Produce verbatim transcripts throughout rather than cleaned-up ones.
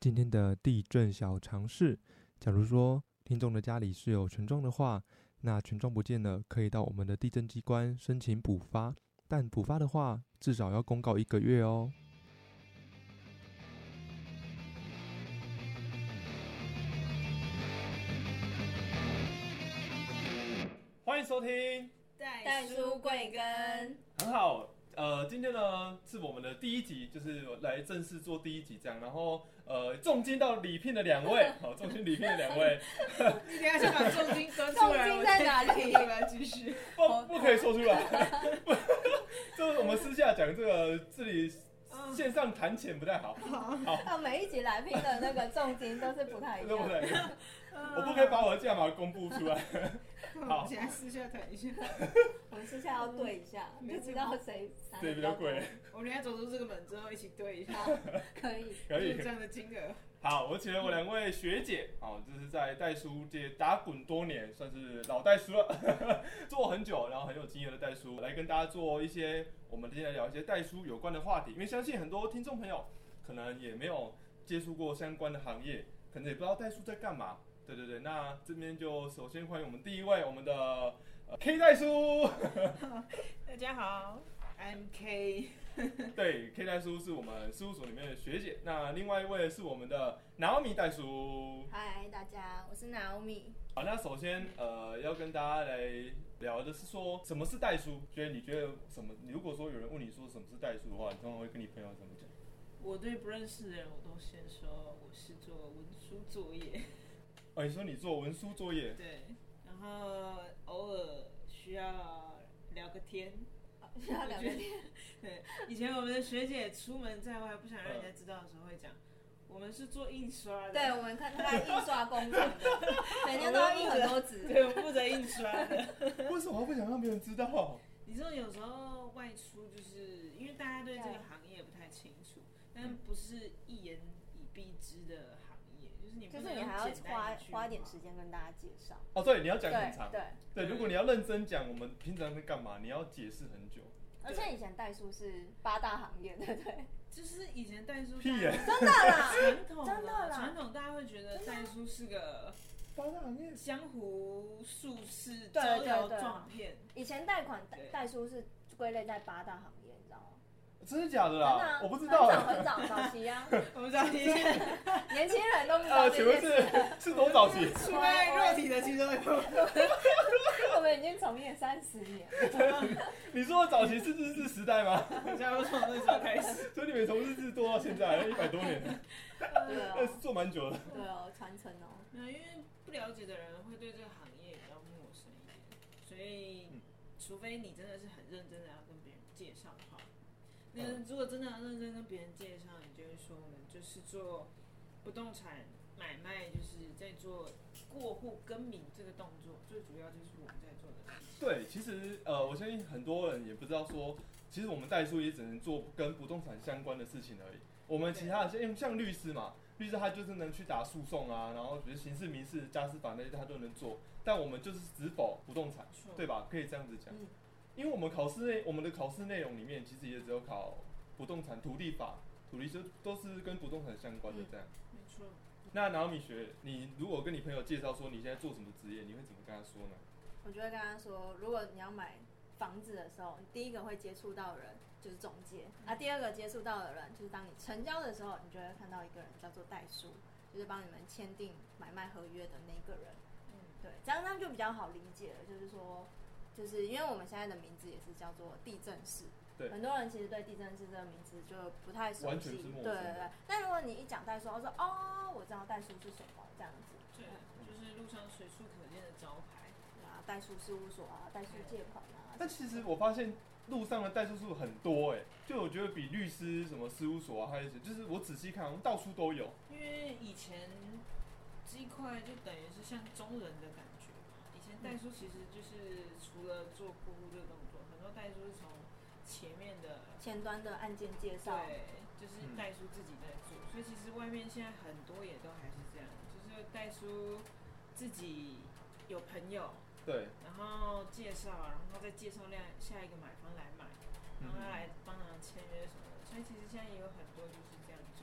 今天的地震小常识，假如说听众的家里是有权状的话，那权状不见了，可以到我们的地震机关申请补发，但补发的话，至少要公告一个月哦。 欢迎收听代书贵根， 很好。呃，今天呢是我们的第一集，就是来正式做第一集这样。然后呃，重金到礼聘的两位，好，重金礼聘的两位， 你等一下先把重金端出来， 重金在哪里？ 要不要继续？ 不不可以说出来，就是我们私下讲这个，这里线上谈钱不太好。好， 啊，每一集来宾的那个重金都是不太一对不样。 对？我不可以把我的价码公布出来。好， 我们现在私下谈一下， 我们私下要对一下，就知道谁谁比较贵。 我们等一下走出这个门之后一起对一下， 可以， 可以这样的金额。 好，我请了我两位学姐，好，就是在代书界打滚多年，算是老代书了，做很久，然后很有经验的代书，来跟大家做一些，我们今天来聊一些代书有关的话题，因为相信很多听众朋友可能也没有接触过相关的行业，可能也不知道代书在干嘛。对对对，那这边就首先欢迎我们第一位，我们的、呃、K 代书。 大家好 ，I'm K。 对 ，K 代书是我们事务所里面的学姐。那另外一位是我们的 Naomi 代书。 嗨，大家，我是 Naomi。 好，那首先呃要跟大家来聊的是说什么是代书。觉得你觉得什么？你如果说有人问你说什么是代书的话，你通常会跟你朋友怎么讲？ 我对不认识的人，我都先说我是做文书作业。 哦，你说你做文书作业？ 对，然后偶尔需要聊个天。 需要聊个天。 对，以前我们的学姐出门在外，不想让人家知道的时候会讲，我们是做印刷的。 对，我们看他印刷工厂的，每天都要印很多纸。 对，我负责印刷的。 为什么不想让别人知道？ 你知道有时候外出，就是因为大家对这个行业不太清楚，但不是一言以蔽之的行业，就是你不就是你还要花花一点时间跟大家介绍。 哦，对，你要讲很长。 对对，如果你要认真讲，我们平常在干嘛，你要解释很久。 而且以前代书是八大行业，对不对？ 就是以前代书， 屁耶， 真的啦， 传统真的啦， 传统大家会觉得代书是个八大行业江湖术士招摇撞骗。 以前贷款代书是归类在八大行业，你知道吗？ 真的假的啦？ 真的啊， 我不知道。 很早很早早期啊， 我不知道， 年轻人都不知道这件事。 呃，请问是是多早期？ 出卖肉体的其中一部分。 我们已经从业三十年。 你说的早期是日治时代吗？ 好像从那时候开始， 所以你们从日治做到现在，一百多年， 对啊， 那是做蛮久的。 对哦，传承哦。 没有，因为不了解的人会对这个行业比较陌生一点，所以、嗯、除非你真的是很认真的要跟别人介绍的话，那如果真的要认真跟别人介绍，你就会说我们就是做不动产买卖，就是在做过户更名这个动作，最主要就是我们在做的事情。 对，其实呃，我相信很多人也不知道说，其实我们代书也只能做跟不动产相关的事情而已。我们其他的像像律师嘛，律师他就是能去打诉讼啊，然后比如刑事、民事、家事法那些他都能做，但我们就是只否不动产，对吧？可以这样子讲。嗯，因为我们考试内，我们的考试内容里面其实也只有考不动产、土地法、土地就都是跟不动产相关的这样。 嗯、没错。 那然后米学，你如果跟你朋友介绍说你现在做什么职业，你会怎么跟他说呢？ 我就会跟他说，如果你要买房子的时候，你第一个会接触到的人就是中介，啊，第二个接触到的人就是当你成交的时候，你就会看到一个人叫做代书，就是帮你们签订买卖合约的那个人。嗯，对，这样他们就比较好理解了，就是说，就是因为我们现在的名字也是叫做地政士。对，很多人其实对地政士这个名字就不太熟悉， 完全是陌生。 对对对。但如果你一讲代书，我说哦，我知道代书是什么，这样子。 对，就是路上随处可见的招牌。 对啊，代书事务所啊，代书借款啊。 但其实我发现路上的代书事务很多哎、欸，就我觉得比律师什么事务所啊，还有就是我仔细看，到处都有。 因为以前这一块就等于是像中人的感觉嘛。以前代书其实就是除了做过户这个动作，很多代书是从前面的前端的案件介绍， 对，就是代书自己在做、嗯，所以其实外面现在很多也都还是这样，就是代书自己有朋友， 对， 然后介绍，然后再介绍另下一个买方来买，然后他来帮忙签约什么的，所以其实现在也有很多就是这样做的。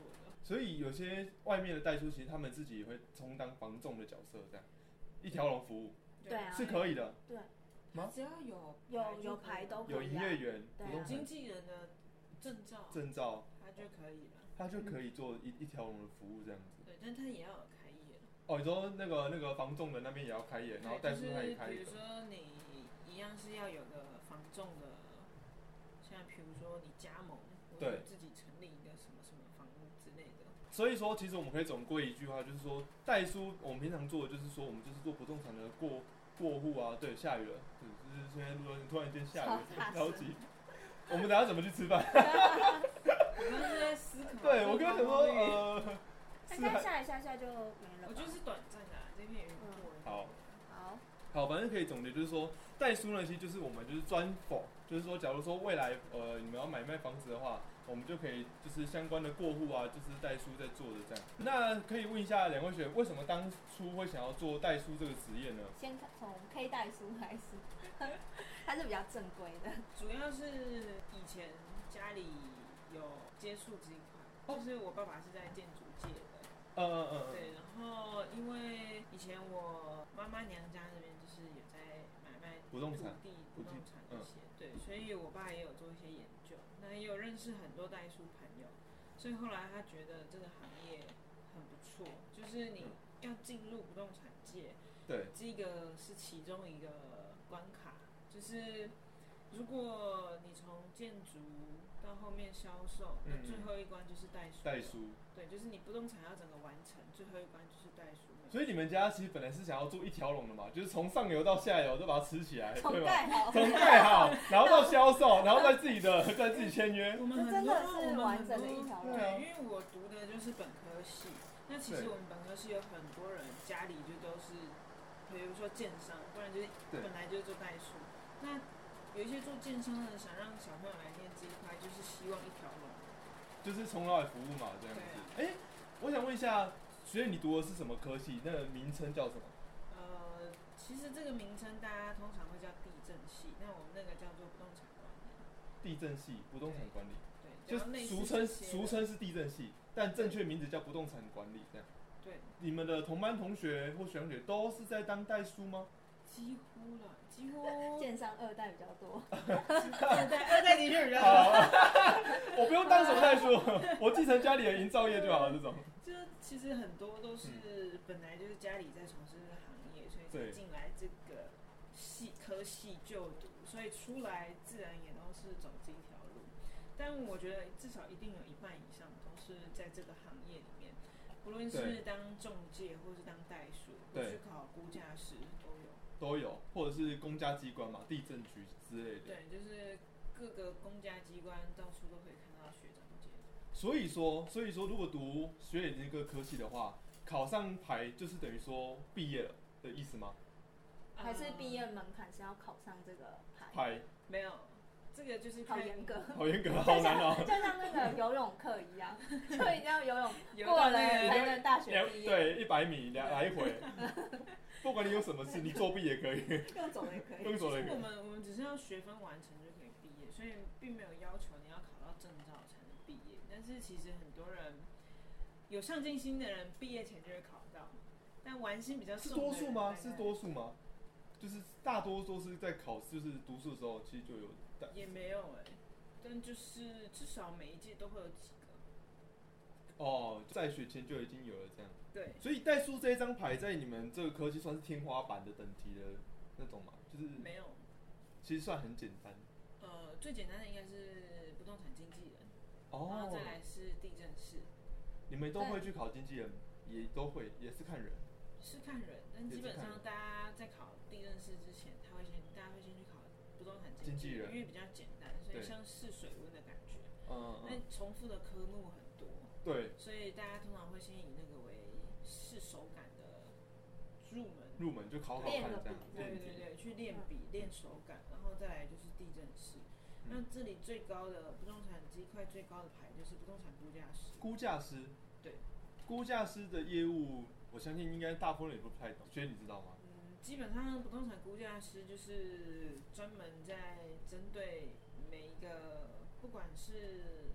所以有些外面的代书，其实他们自己也会充当房仲的角色，这样一条龙服务， 对啊， 是可以的。 对， 只要有有有牌都可以、啊， 有营业员、 对啊、 不动产经纪人的证照， 证照， 他就可以了， 他就可以做一一条龙的服务这样子。 对，但他也要有开业。 哦，你说那个那个房仲的那边也要开业，然后代书他也开一个。 比如说你一样是要有个房仲的，像比如说你加盟，或者自己成立一个什么什么房屋之类的。 所以说，其实我们可以总归一句话，就是说代书我们平常做的就是说，我们就是做不动产的过过户啊。对，下雨了，对，就是现在录突然间下雨了，着急。我们等下怎么去吃饭？ 我刚刚是在思考。 对，我刚刚想说，呃， 大概下一下下就没了。 我觉得是短暂的、啊，这片雨过了。 好， 好， 好，反正可以总结就是说，代书呢，其实就是我们就是专否，就是说，假如说未来呃你们要买卖房子的话，我们就可以就是相关的过户啊，就是代书在做的这样。那可以问一下两位学员，为什么当初会想要做代书这个职业呢？ 先从 K 代书开始，它是比较正规的。 主要是以前家里有接触这一块，就是我爸爸是在建筑界的。 嗯嗯嗯。 对，然后因为以前我妈妈娘家那边就是有在买卖不动产、 土地、不动产这些，嗯、对，所以我爸也有做一些研究，那也有认识很多代书朋友，所以后来他觉得这个行业很不错，就是你要进入不动产界， 对， 这个是其中一个关卡，就是如果你从建筑到后面销售，那、嗯、最后一关就是代书。 代书， 对，就是你不动产要整个完成，最后一关就是代书。 所以你们家其实本来是想要做一条龙的嘛，就是从上游到下游都把它吃起来， 从盖好， 从盖好，然后到销售，然后再自己的再自己签约。 我们真的是完整的一条龙。 对，因为我读的就是本科系，那其实我们本科系有很多人家里就都是，比如说建商，不然就是本来就是做代书。那有一些做建商的想让小朋友来念这一块，就是希望一条龙， 就是从老来服务嘛，这样子。哎、啊欸，我想问一下，学姐你读的是什么科系？那个名称叫什么？ 呃，其实这个名称大家通常会叫地政系，那我们那个叫做不动产管理。 地政系，不动产管理。 对， 就俗称俗称是地政系，但正确名字叫不动产管理，这样。 对。 你们的同班同学或学长姐都是在当代书吗？ 几乎了，几乎。 建商二代比较多。 二代，二代的确比较多。 我不用当什么代书，我继承家里的营造业就好了。这种。 就其实很多都是本来就是家里在从事这个行业，所以才进来这个系科系就读，所以出来自然也都是走这一条路。但我觉得至少一定有一半以上都是在这个行业里面，不论是当中介或是当代书，或是考估价师都有。 都有，或者是公家机关嘛，地政局之类的。 对，就是各个公家机关到处都可以看到学长姐。 所以说，所以说，如果读学姐这个科系的话，考上牌就是等于说毕业了的意思吗？ 还是毕业门槛是要考上这个牌？ 牌没有。这个就是好严格， 好严格，好难哦。 就像那个游泳课一样，就一定要游泳过了才能大学毕业。 对，一百米来回，不管你有什么事，你作弊也可以， 用走的也可以。 用走的也可以。 我们我们只是要学分完成就可以毕业，所以并没有要求你要考到证照才能毕业。但是其实很多人有上进心的人，毕业前就会考到，但玩心比较重。 是多数吗？是多数吗？就是大多都是在考，就是读书的时候，其实就有。 也没有哎、欸，但就是至少每一届都会有几个。 哦，在学前就已经有了这样。 对。 所以代书这一张牌在你们这个科技算是天花板的等级的那种嘛？就是没有。 其实算很简单。 呃，最简单的应该是不动产经纪人。 哦。 然后再来是地政士。 你们都会去考经纪人，也都会，也是看人。 是看人，但基本上大家在考地政士之前，他会先，大家会先去考不动产经纪人，因为比较简单，所以像试水温的感觉。嗯。那重复的科目很多。 对。 所以大家通常会先以那个为试手感的入门。 入门就考考看这样。 对对对，去练笔、练手感，然后再来就是地政士。嗯、那这里最高的不动产这一块最高的牌就是不动产估价师。 估价师。 对。 估价师的业务，我相信应该大部分人也不太懂，所以你知道吗？ 嗯，基本上不动产估价师就是专门在针对每一个，不管是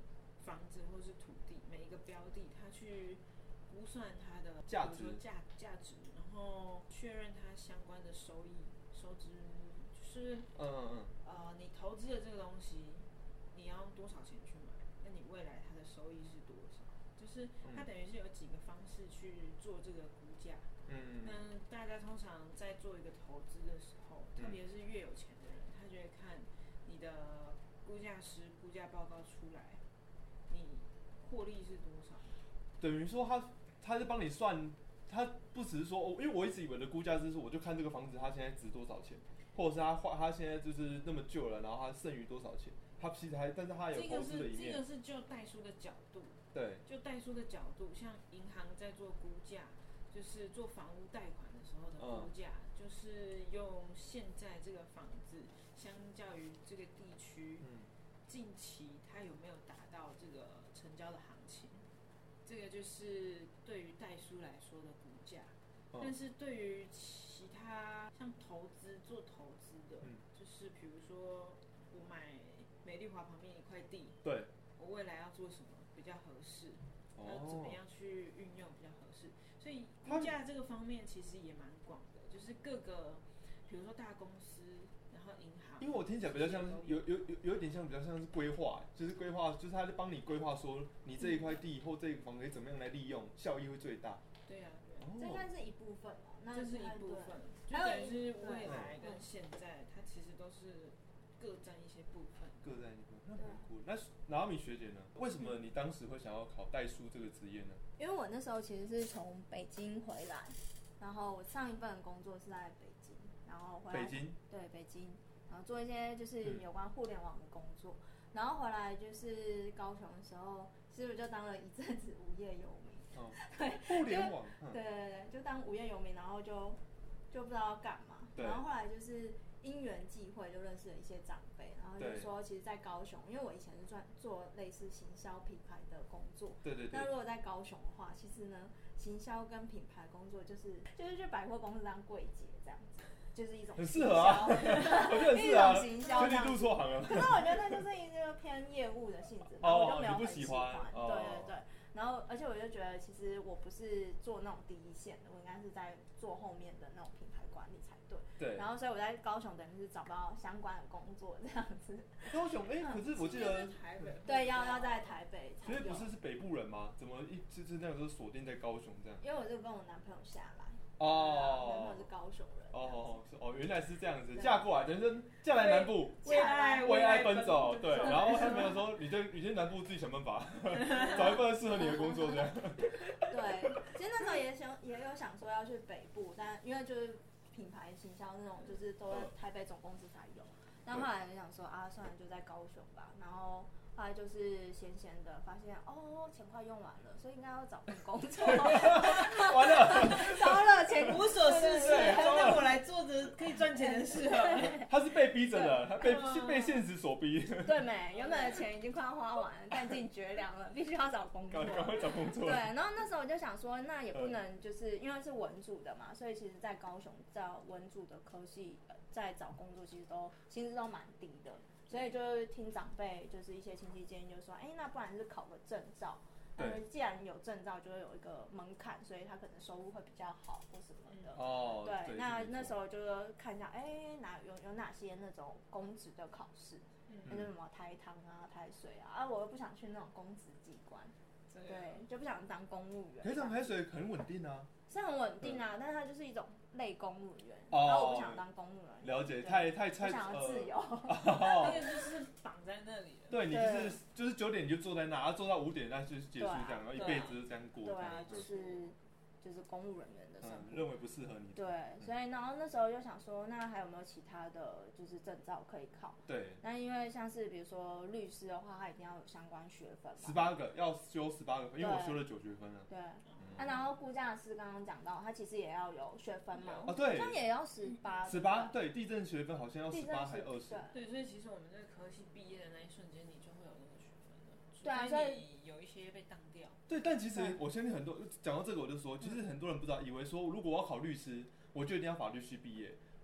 房子或是土地每一个标的，它去估算它的价值、 价价值，然后确认它相关的收益、收支，就是嗯嗯嗯， 呃，你投资的这个东西，你要用多少钱去买？那你未来它的收益是多少？就是它等于是有几个方式去做这个估价。嗯，那大家通常在做一个投资的时候，特别是越有钱的人，他就会看你的估价师估价报告出来，你获利是多少？ 等于说他他是帮你算，他不只是说，因为我一直以为的估价师是我就看这个房子它现在值多少钱，或者是他他现在就是那么旧了，然后它剩余多少钱，他其实还但是他有投资的一面。 这个是就代书的角度， 对， 就代书的角度，像银行在做估价。就是做房屋贷款的时候的估价，嗯、就是用现在这个房子相较于这个地区，嗯、近期它有没有达到这个成交的行情，这个就是对于代书来说的估价。嗯、但是对于其他像投资做投资的，嗯、就是比如说我买美丽华旁边一块地， 对， 我未来要做什么比较合适，哦、要怎么样去运用比较合适。所以估价这个方面其实也蛮广的，就是各个，比如说大公司，然后银行。 因为我听起来比较像有有有有一点像比较像是规划，就是规划，就是他在帮你规划说你这一块地或这一个房可以怎么样来利用，效益会最大。 对啊，对啊。这算是一部分哦，那这是一部分，就等于是未来跟现在，它其实都是各占一些部分。 各占一部分，那很酷。那拿米学姐呢？为什么你当时会想要考代书这个职业呢？ 因为我那时候其实是从北京回来，然后我上一份工作是在北京，然后回来北京对北京，然后做一些就是有关互联网的工作，嗯、然后回来就是高雄的时候，其实我就当了一阵子无业游民。 哦， 对， 互联网， 嗯、对对对，就当无业游民，然后就就不知道要干嘛，然后后来就是因缘际会就认识了一些长辈，然后就说其实在高雄，因为我以前是做做类似行销品牌的工作， 对对对。 那如果在高雄的话，其实呢，行销跟品牌工作就是就是去百货公司当柜姐这样子，就是一种很适合啊，我觉得很适合啊， 一种行销这样子。 入错行了。 可是我觉得那就是一个偏业务的性质，然后我就没有很喜欢。 哦、 对对对。然后，而且我就觉得，其实我不是做那种第一线的，我应该是在做后面的那种品牌管理才对。 对。 然后，所以我在高雄等于是找不到相关的工作这样子。 高雄，哎、欸，可是我记得台北。 对，要要在台北。 所以不是是北部人吗？怎么一就是那个时候锁定在高雄这样？ 因为我就跟我男朋友下来。 哦。 男朋友是高雄人。 哦哦原来是这样子，嫁过来，等于说嫁来南部， 为爱为爱奔走，对。然后他没有说，你就你去南部自己想办法，找一份适合你的工作这样。 对，其实那时候也想也有想说要去北部，但因为就是品牌行销那种，就是都在台北总公司才有。但后来就想说啊，算了，就在高雄吧。然后后来就是闲闲的发现，哦，钱快用完了，所以应该要找份工作。 完了， 糟了，钱无所事事，那我来做着可以赚钱的事啊。 他是被逼着的，他被被现实所逼。 对没？原本的钱已经快要花完了，弹尽绝粮了，必须要找工作。 赶快找工作。 对，然后那时候我就想说，那也不能就是因为是文组的嘛，所以其实在高雄找文组的科系，在找工作其实都薪资都蛮低的。所以就是听长辈，就是一些亲戚建议，就说，哎、欸，那不然是考个证照。呃，既然有证照，就会有一个门槛，所以他可能收入会比较好或什么的。 哦， 对，对那那时候就看一下，哎、欸，哪有有哪些那种公职的考试，嗯、那就什么台糖啊、台水啊，啊，我又不想去那种公职机关，对，就不想当公务员。 台糖台水很稳定啊。 是很稳定啊，但是它就是一种类公务员， 哦、 然后我不想当公务员。 了解，太太太， 我想要自由。 那个就是绑在那里了。 对，你就是就是九点你就坐在那，然后坐到五点那就是结束这样，然后一辈子就这样过。 对啊，就是就是公务人员的生活。 嗯，认为不适合你。 对，所以然后那时候就想说，那还有没有其他的就是证照可以考？ 对。 那因为像是比如说律师的话，他一定要有相关学分嘛。 十八个要修十八个分，因为我修了九学分了。 对。啊，然后估价师刚刚讲到，他其实也要有学分嘛， 啊对， 他也要十八， 十八对，地震学分好像要十八还二十， 对，所以其实我们这个科系毕业的那一瞬间，你就会有那个学分了， 对啊，所以有一些被当掉。 对，但其实我相信很多讲到这个，我就说，其实很多人不知道，以为说如果我要考律师，我就一定要法律系毕业，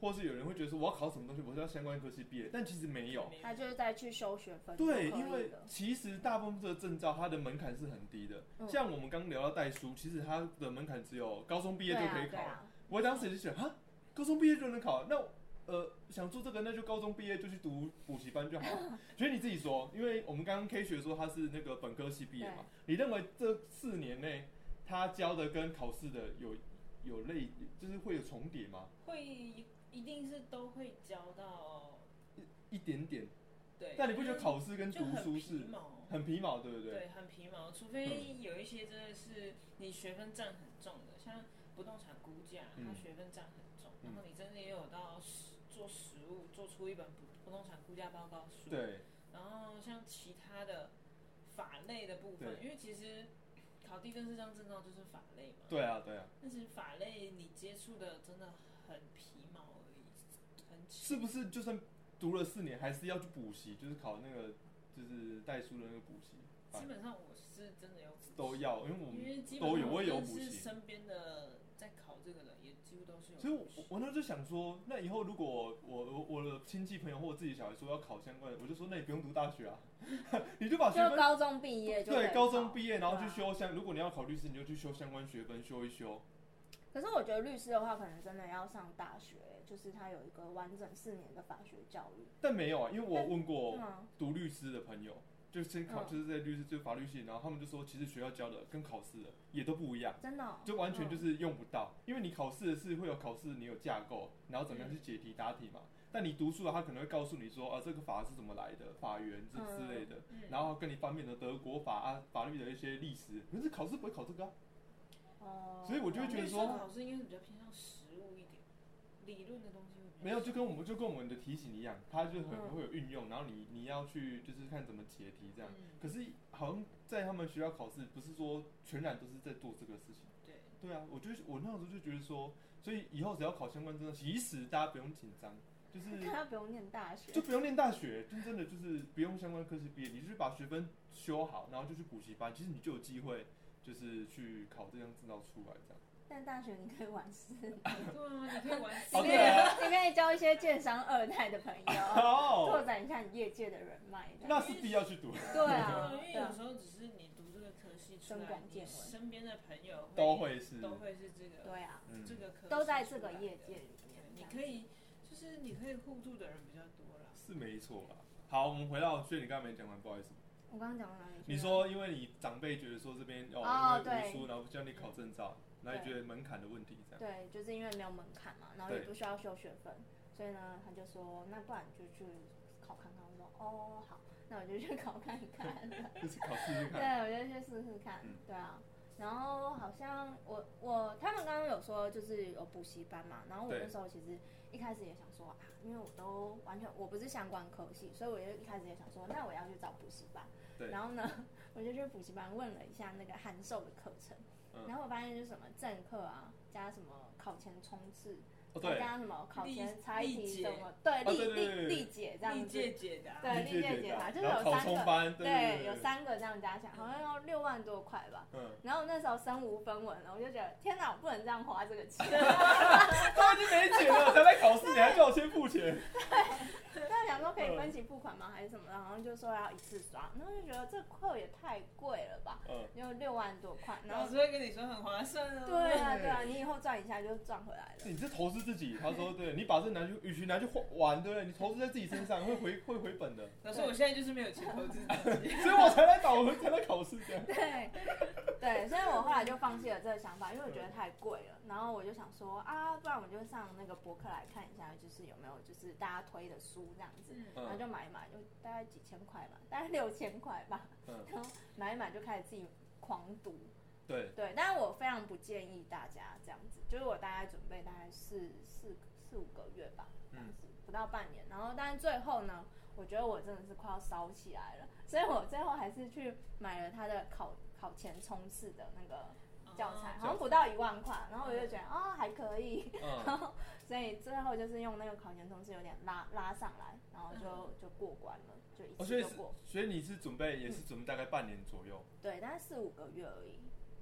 或是有人会觉得说我要考什么东西，我是要相关科系毕业，但其实没有， 他就是再去修学分。 对，因为其实大部分这个证照它的门槛是很低的，嗯、像我们刚聊到代书，其实它的门槛只有高中毕业就可以考。啊啊、我当时也就想，哈，高中毕业就能考，那呃想做这个，那就高中毕业就去读补习班就好了。所以你自己说，因为我们刚刚 K 学说他是那个本科系毕业嘛，你认为这四年内他教的跟考试的有有类，就是会有重叠吗？ 会，一定是都会教到一一点点。 对。 但你不觉得考试跟读书是很皮毛？ 很皮毛，对不对？ 对，很皮毛。除非有一些真的是你学分占很重的，像不动产估价，它学分占很重，嗯、然后你真的也有到做实务，做出一本不不动产估价报告书。 对。 然后像其他的法类的部分，因为其实考地政士这张证照就是法类嘛。 对啊，对啊。 但是法类你接触的真的很皮毛而已，很是不是就算读了四年，还是要去补习？就是考那个就是代书的那个补习。 基本上我是真的有补习都要，因为我们都有，我也有补习。 身边的在考这个的也几乎都是有补习。 所以我，我那时候就想说，那以后如果我我我的亲戚朋友或我自己小孩说要考相关的，我就说那你不用读大学啊，你就把学分就高中毕业就可以对高中毕业，然后去修相。如果你要考律师，你就去修相关学分修一修。 可是我觉得律师的话，可能真的要上大学，就是他有一个完整四年的法学教育。 但没有啊，因为我问过读律师的朋友。就先考，就是在律师就法律系，然后他们就说，其实学校教的跟考试的也都不一样， 真的、哦， 就完全就是用不到，嗯、因为你考试的是会有考试，你有架构，然后怎么样去解题答题嘛。嗯、但你读书的，他可能会告诉你说，啊，这个法是怎么来的，法源这之类的，嗯、然后跟你翻面的德国法啊，法律的一些历史，可是考试不会考这个啊。哦、所以我就会觉得说， 考试应该是比较偏向实务一点，理论的东西。 没有，就跟我们就跟我们的题型一样，它就很会有运用，然后你你要去就是看怎么解题这样。嗯、可是好像在他们学校考试，不是说全然都是在做这个事情。 对。 对啊，我就我那时候就觉得说，所以以后只要考相关证照，其实大家不用紧张，就是他不用念大学， 就不用念大学，就真的就是不用相关科系毕业，你就是把学分修好，然后就去补习班，其实你就有机会就是去考这张证照出来这样。 但大学你可以玩四年， 对啊，你可以玩四年，你可以交一些建商二代的朋友，拓展一下你业界的人脉。 那是必要去读。 对啊， 因为有时候只是你读这个科系出来，你身边的朋友都会是都会是这个， 对啊， 这个科都在这个业界里面， 你可以就是你可以互助的人比较多啦。 是没错啦。好，我们回到，所以你刚刚没讲完，不好意思。 我刚刚讲到哪里？ 你说，因为你长辈觉得说这边哦，因为读书，然后叫你考证照。那你觉得门槛的问题这样？ 对，就是因为没有门槛嘛，然后也不需要修学分，所以呢，他就说，那不然就去考看看。我说，哦，好，那我就去考看看。 就是考试试看。 对，我就去试试看。嗯、对啊，然后好像我我他们刚刚有说就是有补习班嘛，然后我那时候其实一开始也想说啊，因为我都完全我不是相关科系，所以我就一开始也想说，那我要去找补习班。 对。 然后呢，我就去补习班问了一下那个函授的课程。然后我发现就是什么政课啊，加什么考前冲刺， 哦、 再加什么考前猜题什么，对历历历解这样子， 历届解答， 对历届解答，就是有三个，对，有三个这样加起来，好像要六万多块吧。嗯。然后那时候身无分文了，我就觉得天哪，我不能这样花这个钱。 他已经没钱了，才来考试，你还叫我先付钱。 对。但想说可以分期付款吗？还是什么？然后就说要一次刷，然后就觉得这课也太贵了吧，嗯，就六万多块。然后老师会跟你说很划算哦。 对啊，对啊，你以后赚一下就赚回来了。 你是投资自己，他说对，你把这拿去，与其拿去玩，对不对？你投资在自己身上会回会回本的。 老师，我现在就是没有钱投资自己， 所以我才来考，才来考试这样。 对，对，所以我后来就放弃了这个想法，因为我觉得太贵了。然后我就想说啊，不然我就上那个博客来看一下，就是有没有就是大家推的书这样子，嗯、然后就买一买，就大概几千块吧，大概六千块吧，嗯、然后买一买就开始自己狂读。 对对，但是我非常不建议大家这样子，就是我大概准备大概四四四五个月吧，这样子、嗯、不到半年，然后但是最后呢，我觉得我真的是快要烧起来了，所以我最后还是去买了他的考考前冲刺的那个教材，好像不到一万块，然后我就觉得啊、哦、还可以，嗯、然后所以最后就是用那个考前冲刺有点拉拉上来，然后就就过关了，就一次就过。 哦、所以所以你是准备也是准备大概半年左右？ 嗯、对，大概四五个月而已。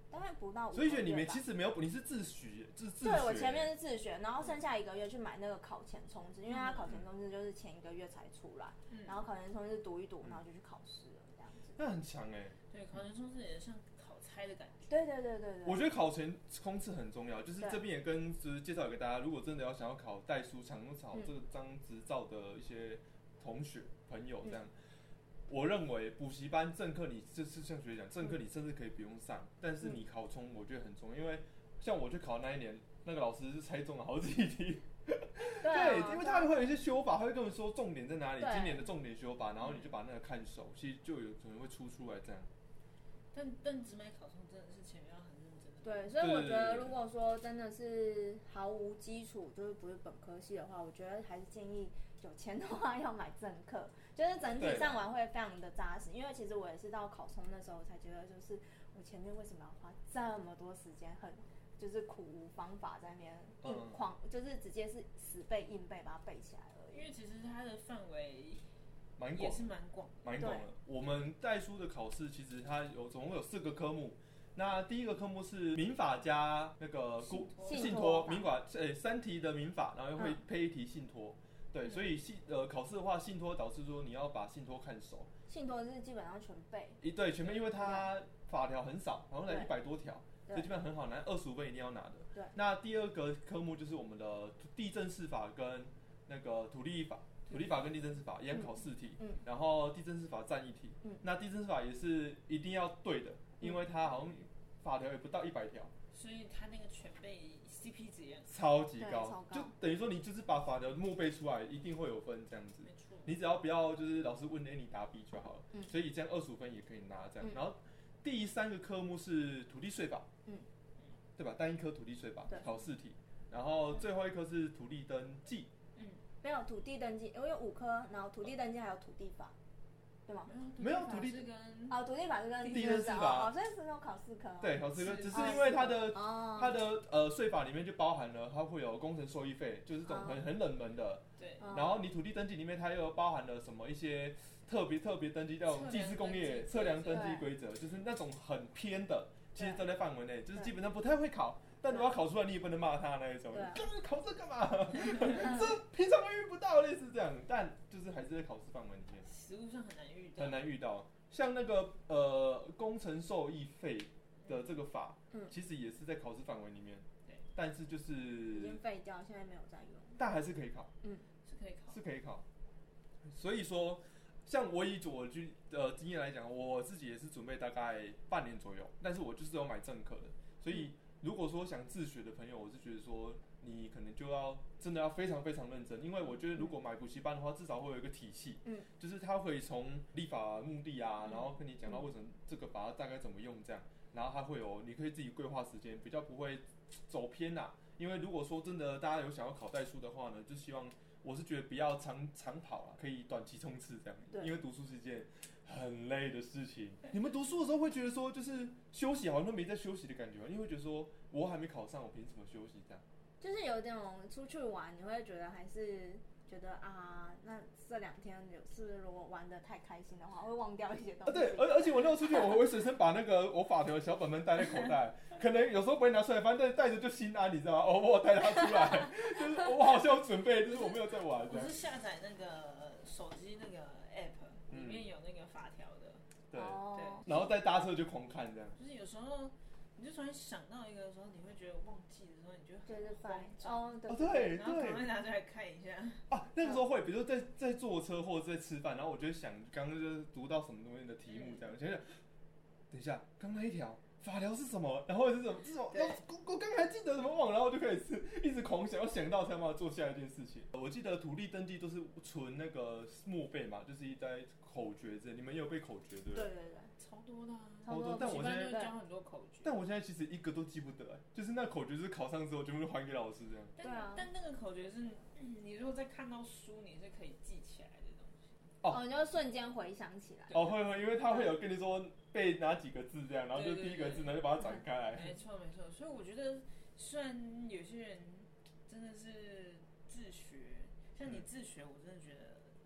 大概不到五个月吧。 所以学你们其实没有，你是自学，自自学。 对，我前面是自学，然后剩下一个月去买那个考前冲刺，因为他考前冲刺就是前一个月才出来，嗯、然后考前冲刺读一读，然后就去考试了，这样子。 那很强哎、欸。 对，考前冲刺也像考猜的感觉。 对对对对对。 我觉得考前冲刺很重要，就是这边也跟就是介绍给大家，如果真的要想要考代书、想要考这个张执照的一些同学朋友这样。嗯，我认为补习班正课你就是像学姐讲，正课你甚至可以不用上，但是你考冲我觉得很重要，因为像我去考那一年，那个老师是猜中了好几题。对，啊、因为他会有一些修法，他会跟我说重点在哪里，今年的重点修法，然后你就把那个看熟，其实就有可能会出出来这样。 但但直美考冲真的是前面要很认真的。 对，所以我觉得如果说真的是毫无基础，就是不是本科系的话，我觉得还是建议有钱的话要买正课，就是整体上完会非常的扎实。因为其实我也是到考冲那时候才觉得，就是我前面为什么要花这么多时间，很就是苦无方法在那边硬框，嗯、就是直接是死背硬背把它背起来而已。 因为其实它的范围蛮广， 也是蛮广， 蛮广的。我们代书的考试其实它有总共有四个科目。那第一个科目是民法加那个信托，民法呃三题的民法，然后又会配一题信托。嗯、对，所以信呃考试的话，信托导致说你要把信托看熟。 信托是基本上全背。 一对全背，因为它法条很少，好像才一百多条，所以基本上很好拿，二十五分一定要拿的。 对。 那第二个科目就是我们的地政士法跟那个土地法。土地法跟地政士法一样考四题，嗯嗯、然后地政士法占一题。嗯、那地政士法也是一定要对的，因为它好像法条也不到一百条， 所以它那个全背 C P 值也超级高，就等于说你就是把法条默背出来，一定会有分这样子。 没错， 你只要不要就是老师问 A 你答 B 就好了。嗯、所以这样二十五分也可以拿这样。嗯、然后第三个科目是土地税法，嗯、对吧？单一科土地税法考四题，然后最后一科是土地登记。 没有土地登记，我有五科，然后土地登记还有土地法，对吗？ 没有土地是跟哦，土地法是跟地政士法， 哦，所以是有考四科。 对，考四科，只是因为它的它的呃税法里面就包含了，它会有工程收益费，就是这种很很冷门的。 对。 然后你土地登记里面，它又包含了什么一些特别特别登记叫技师工业测量登记规则，就是那种很偏的，其实都在范围内，就是基本上不太会考。但如果要考出来，你也不能骂他那一种，考这干嘛？这平常遇不到，类似这样。但就是还是在考试范围里面， 实务上很难遇到。 很难遇到，像那个呃工程受益费的这个法，嗯、其实也是在考试范围里面。 对， 但是就是已经废掉，现在没有在用。 但还是可以考， 嗯，是可以考， 是可以考。所以说，像我以我的呃经验来讲，我自己也是准备大概半年左右，但是我就是有买正课的，所以。嗯如果说想自学的朋友，我是觉得说你可能就要真的要非常非常认真，因为我觉得如果买补习班的话，至少会有一个体系，嗯，就是他会从立法目的啊，然后跟你讲到为什么这个法大概怎么用这样，然后他会有你可以自己规划时间，比较不会走偏啦。因为如果说真的大家有想要考代书的话呢，就希望我是觉得不要长长跑啦，可以短期冲刺这样，因为读书是一件很累的事情。你们读书的时候会觉得说，就是休息好像都没在休息的感觉吗？因为会觉得说，我还没考上，我凭什么休息这样？ 就是有点出去玩，你会觉得还是觉得啊，那这两天有是不是如果玩得太开心的话，会忘掉一些东西。 啊、对，而而且我那时候出去，我会随身把那个我法条的小本本带在口袋，可能有时候不会拿出来，反正带着就心安，你知道吗？哦，我带它出来，就是我好像有准备，就是我没有在玩。 我是下载那个手机那个 app， 里面有那个法条的。 对、 哦、 对，然后再搭车就狂看这样。 就是有时候你就突然想到一个的时候，你会觉得忘记的时候，你就很慌张。 哦，对哦对， 然后赶快拿出来看一下。 啊，那个时候会，比如说在在坐车或者在吃饭，然后我就会想刚刚就是读到什么东西的题目这样，想想，等一下，刚那一条。法条是什么？然后是什么？这种，我我刚才记得怎么忘，然后我就开始一直狂想，要想到才把它做下一件事情。我记得土地登记都是纯那个默背嘛，就是一在口诀之类。你们也有背口诀对不对？ 对对对， 超多的、啊， 超多。但我现在教很多口诀， 但我现在其实一个都记不得，就是那口诀是考上之后全部还给老师这样。 对啊，但那个口诀是，嗯、你如果再看到书，你是可以记起来的东西。 哦，你就瞬间回想起来。 哦，会会，因为他会有跟你说。背哪几个字这样，然后就第一个字，然后就把它展开来。 没错没错，所以我觉得，虽然有些人真的是自学，像你自学，我真的觉得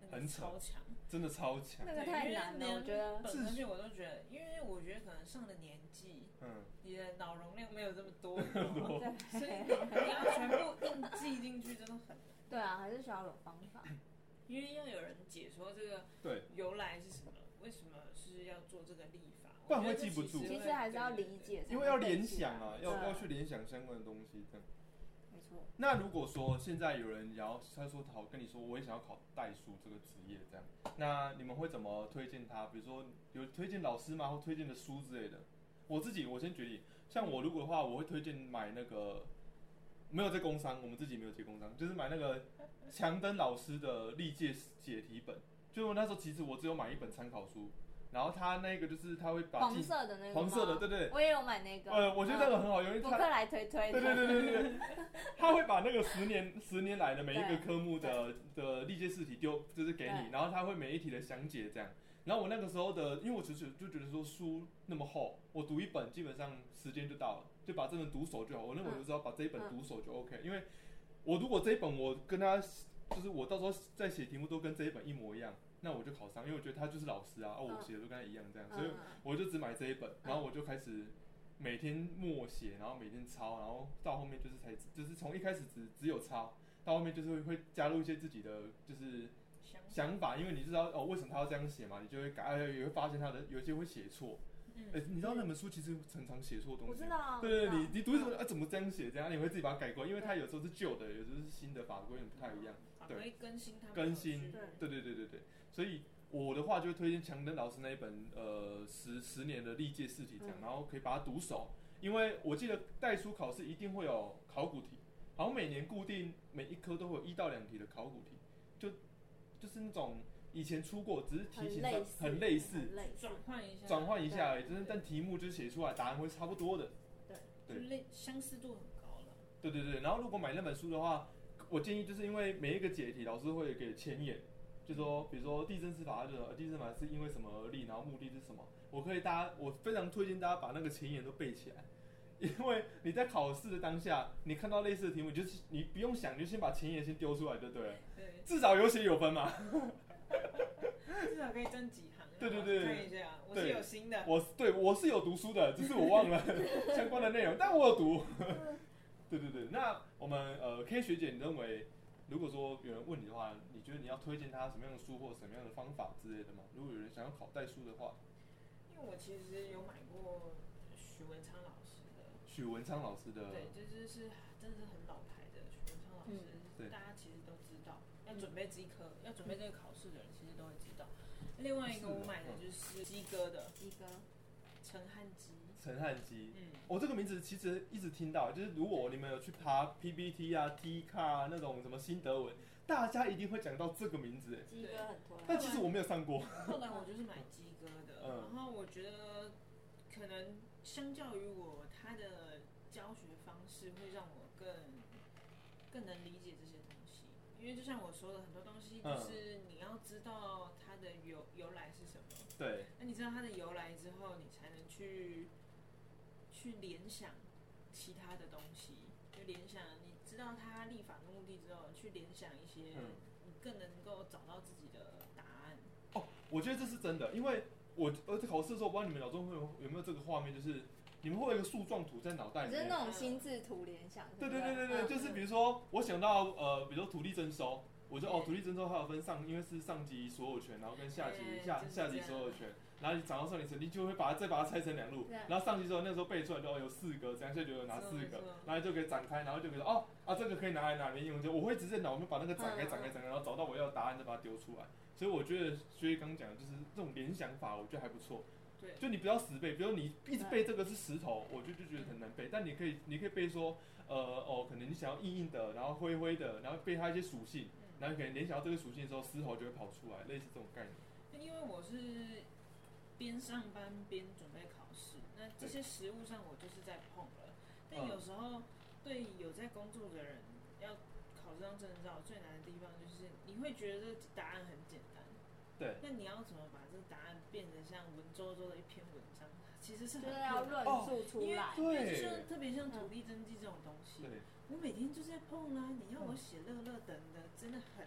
很扯超强， 真的超强。 那个太难了，我觉得。 本科学我都觉得，因为我觉得可能上了年纪，嗯，你的脑容量没有这么多，所以你要全部硬记进去，真的很难。 对啊，还是需要有方法。 因为要有人解说这个由来是什么，为什么是要做这个历法， 不然会记不住。 其实还是要理解， 因为要联想啊，要要去联想相关的东西，这样。 没错。 那如果说现在有人要他说好跟你说，我也想要考代书这个职业，这样，那你们会怎么推荐他？比如说有推荐老师吗？或推荐的书之类的？我自己我先举例，像我如果的话，我会推荐买那个。没有在工商，我们自己没有接工商，就是买那个强登老师的历届解题本。就我那时候其实我只有买一本参考书，然后他那个就是他会把黄色的那个黄色的，对对对， 我也有买那个。 呃，我觉得那个很好用，因为补课来推推。 对对对对对对，他会把那个十年十年来的每一个科目的的历届试题丢，就是给你，然后他会每一题的详解这样。然后我那个时候的，因为我就就觉得说书那么厚，我读一本基本上时间就到了，就把这本读熟就好。我认为我就知道把这一本读熟就 OK，、嗯、因为我如果这一本我跟他就是我到时候在写题目都跟这一本一模一样，那我就考上，因为我觉得他就是老师啊，哦，我写的都跟他一样这样，所以我就只买这一本，然后我就开始每天默写，然后每天抄，然后到后面就是才就是从一开始只只有抄，到后面就是会会加入一些自己的就是。想法，因为你知道哦，为什么他要这样写嘛，你就会改，也会发现他的有些会写错。嗯，欸、你知道那本书其实常常写错东西。 我知道。 对对对，你你读什么啊？怎么这样写？这样你会自己把它改过，因为它有时候是旧的，有时候是新的法规，不太一样。 对，会更新它。 更新。对对对对对，所以我的话就会推荐强登老师那一本呃十十年的历届试题这样，然后可以把它读熟，因为我记得代书考试一定会有考古题，好像每年固定每一科都会有一到两题的考古题，就。就是那种以前出过，只是题型上很类似， 转换一下， 转换一下而已。就是但题目就是写出来，答案会差不多的。 对，对，类相似度很高了。 对对对，然后如果买那本书的话，我建议就是因为每一个解题老师会给前言，就说比如说地震司法，就地震法是因为什么而立，然后目的是什么。我可以大家，我非常推荐大家把那个前言都背起来。因为你在考试的当下，你看到类似的题目，就是你不用想，你就先把前言先丢出来就对了。对，至少有写有分嘛。 至少可以争几行。 对对对， 看一下，我是有心的。 我对我是有读书的，只是我忘了相关的内容，但我有读。对对对，那我们呃 K 学姐，你认为如果说有人问你的话，你觉得你要推荐他什么样的书或什么样的方法之类的吗？如果有人想要考代书的话， 因为我其实有买过许文昌老师。 许文昌老师的， 对，这就是真的是很老牌的许文昌老师，嗯、大家其实都知道，要准备机科，嗯、要准备这个考试的人其实都会知道。另外一个我买的就是鸡哥的，鸡哥，陈汉基， 陈汉基，嗯，我、哦、这个名字其实一直听到，就是如果你们有去爬 P P T 啊、T 卡啊那种什么新德文，大家一定会讲到这个名字， 鸡哥很多， 但其实我没有上过。 后来我就是买鸡哥的，嗯、然后我觉得可能。相较于我，他的教学方式会让我更更能理解这些东西，因为就像我说的，很多东西就是你要知道它的由由来是什么。 对。 那你知道它的由来之后，你才能去去联想其他的东西，就联想你知道它立法的目的之后，去联想一些，嗯、你更能够找到自己的答案。 哦，我觉得这是真的，因为。我而且考试的时候，我不知道你们脑中会有有没有这个画面，就是你们会有一个树状图在脑袋里面， 就是那种心智图联想。 对对对对对，嗯、就是比如说我想到呃，比如说土地征收，我就哦土地征收还有分上，因为是上级所有权，然后跟下级、欸、下下级所有权，然后你涨到上级层，你就会把它再把它拆成两路，然后上级之后那时候背出来就哦有四个，这样就有拿四个，然后就可以展开，然后就可以说哦啊这个可以拿来哪边用，就我会直接脑面把那个展开展开展开，然后找到我要的答案再把它丢出来。所以我觉得学姐刚讲的就是这种联想法，我觉得还不错。 对， 就你不要死背，比如你一直背这个是石头，我就就觉得很难背。但你可以，你可以背说，呃，哦，可能你想要硬硬的，然后灰灰的，然后背它一些属性，然后你可能联想到这个属性的时候，石头就会跑出来，类似这种概念。 因为我是边上班边准备考试，那这些实务上我就是在碰了。但有时候对有在工作的人，要考这张证照最难的地方就是你会觉得这个答案很简单。 对， 那你要怎么把这个答案变得像文绉绉的一篇文章？其实是很就是要论述出来， 因为就像特别像土地登记这种东西，我每天就在碰啊。你要我写乐乐等的，真的很难。就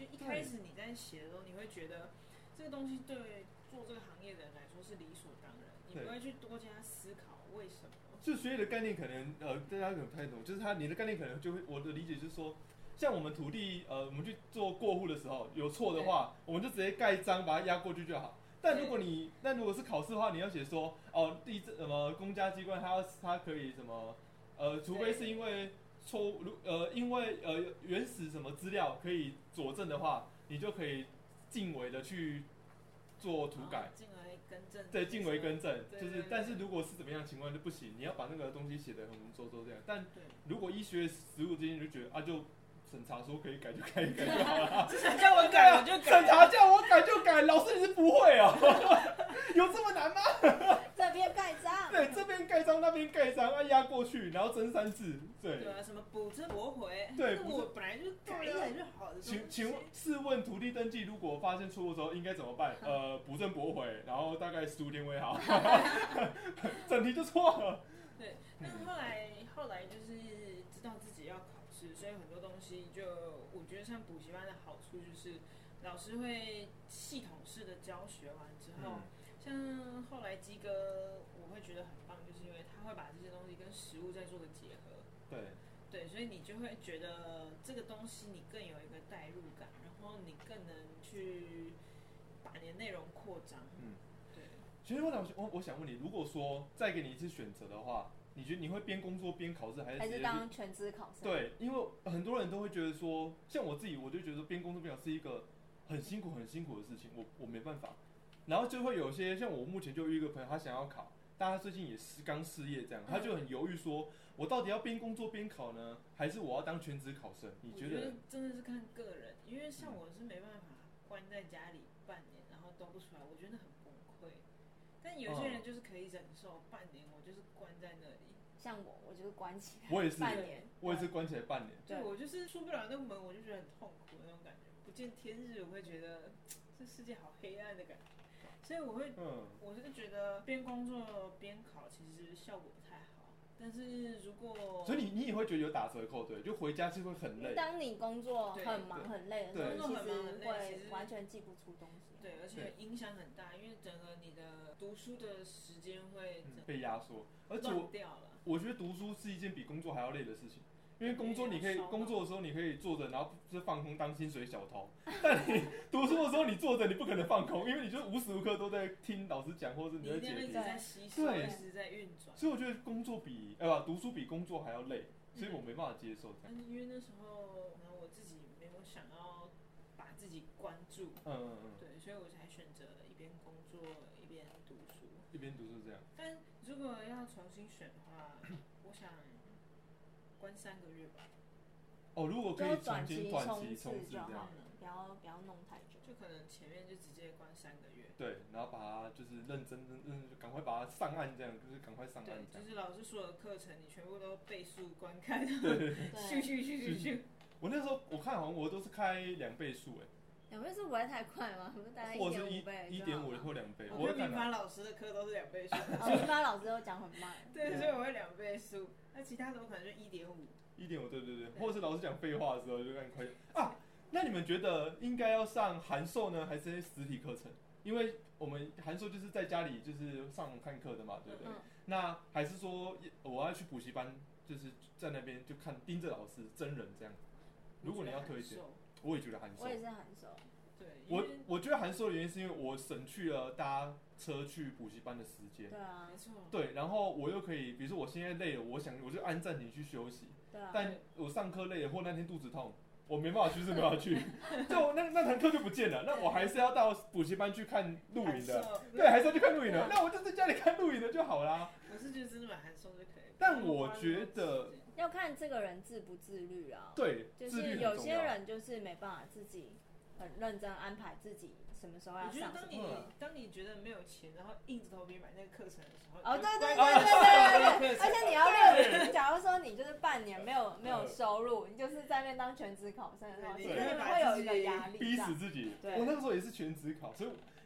就一开始你在写的时候，你会觉得这个东西对做这个行业的人来说是理所当然，你不会去多加思考为什么。 就学业的概念可能呃大家可能不太懂，就是他你的概念可能就会我的理解就是说。像我们土地，呃，我们去做过户的时候，有错的话，我们就直接盖章把它压过去就好。但如果你，那如果是考试的话，你要写说，哦，地什么公家机关它要它可以什么，呃，除非是因为错误，呃，因为呃原始什么资料可以佐证的话，你就可以尽为的去做涂改， 进而更正。 对，进为更正， 对就是，但是如果是怎么样的情况就不行，你要把那个东西写得很文绉绉这样。但如果医学实务之间就觉得啊就。审查说可以改就改一改就好了， 叫我改我就改。 审查叫我改就改，老师你是不会啊？有这么难吗？ 这边盖章， 对，这边盖章，那边盖章，啊压过去，然后增三字，对。 对啊，什么补正驳回， 对， 我本来就改一改就好了。 请请试问土地登记如果发现错误的时候应该怎么办？呃，补正驳回，然后大概十五天为好，整题就错了。 对，但后来后来就是知道自己要考。所以很多东西就我觉得像补习班的好处就是老师会系统式的教学完之后，嗯、像后来鸡哥我会觉得很棒，就是因为他会把这些东西跟实物再做个结合。 对。 对，所以你就会觉得这个东西你更有一个代入感，然后你更能去把你的内容扩张。嗯，对。 其实我想我我想问你，如果说再给你一次选择的话。你觉得你会边工作边考试，还是还是当全职考生？ 对，因为很多人都会觉得说，像我自己，我就觉得说边工作边考是一个很辛苦、很辛苦的事情，我我没办法。然后就会有些像我目前就有一个朋友，他想要考，但他最近也是刚失业这样，他就很犹豫说，我到底要边工作边考呢，还是我要当全职考生？你觉得？ 我觉得真的是看个人，因为像我是没办法关在家里半年，然后都不出来，我觉得很崩溃。但有些人就是可以忍受半年，我就是关在那里。 像我，我就是关起来， 我也是半年， 我也是关起来半年。 对，我就是出不了那个门，我就觉得很痛苦那种感觉，不见天日，我会觉得这世界好黑暗的感觉。所以我会，嗯，我是觉得边工作边考其实效果不太好。但是如果， 所以你你也会觉得有打折扣，对，就回家是会很累。 当你工作很忙很累的时候， 其实会完全记不出东西。 对，而且影响很大，因为整个你的读书的时间会、 嗯、被压缩，而且我掉了。 我觉得读书是一件比工作还要累的事情，因为工作你可以工作的时候你可以坐着，然后就是放空当薪水小偷，但你读书的时候你坐着你不可能放空，因为你就无时无刻都在听老师讲，或者你在解题， 在吸收，一直在运转。 所以我觉得工作比呃不读书比工作还要累，所以我没办法接受这样。 嗯、因为那时候可能我自己没有想要把自己关注， 嗯嗯嗯， 对，所以我才选择一边工作一边读书， 一边读书这样。 但如果要重新选的话，我想关三个月吧。 哦，如果可以重新短期冲刺这样，不要不要弄太久。 就可能前面就直接关三个月。 对，然后把它就是认真认真，赶快把它上岸，这样就是赶快上岸。 对，就是老师说的课程，你全部都倍速观看。对对对，咻咻咻咻咻。 我那时候我看好像我都是开两倍速哎。 两倍速不会太快吗？不是大概一点五倍，一点五或两倍。 我跟民法老师的课都是两倍速。 哦，民法老师都讲很慢。 对，所以我会两倍速。那其他的我可能就一点五。 一点五，对对对，或者是老师讲废话的时候就让你快啊。那你们觉得应该要上函授呢，还是实体课程？因为我们函授就是在家里就是上网看课的嘛，对不对？嗯、那还是说我要去补习班，就是在那边就看盯着老师真人这样。如果你要推荐，我也觉得函授。 我也是函授。 对， 我我觉得函授的原因是因为我省去了搭车去补习班的时间。 对啊， 没错。 对，然后我又可以，比如说我现在累了，我想我就按暂停去休息。 对啊。 但我上课累了或那天肚子痛，我没办法去是没办法去，就那那堂课就不见了。那我还是要到补习班去看录影的，对，还是要去看录影的。那我就在家里看录影的就好啦。 我是觉得真的买函授就可以。 但我觉得要看这个人自不自律啊。 对， 就是有些人就是没办法自己很认真安排自己什么时候要上什么。 我觉得当你当你觉得没有钱，然后硬着头皮买那个课程的时候， 哦，对对对对对对，而且你要练，假如说你就是半年没有没有收入，你就是在那边当全职考生的时候，其实你会有一个压力， 逼死自己。我那个时候也是全职考，所以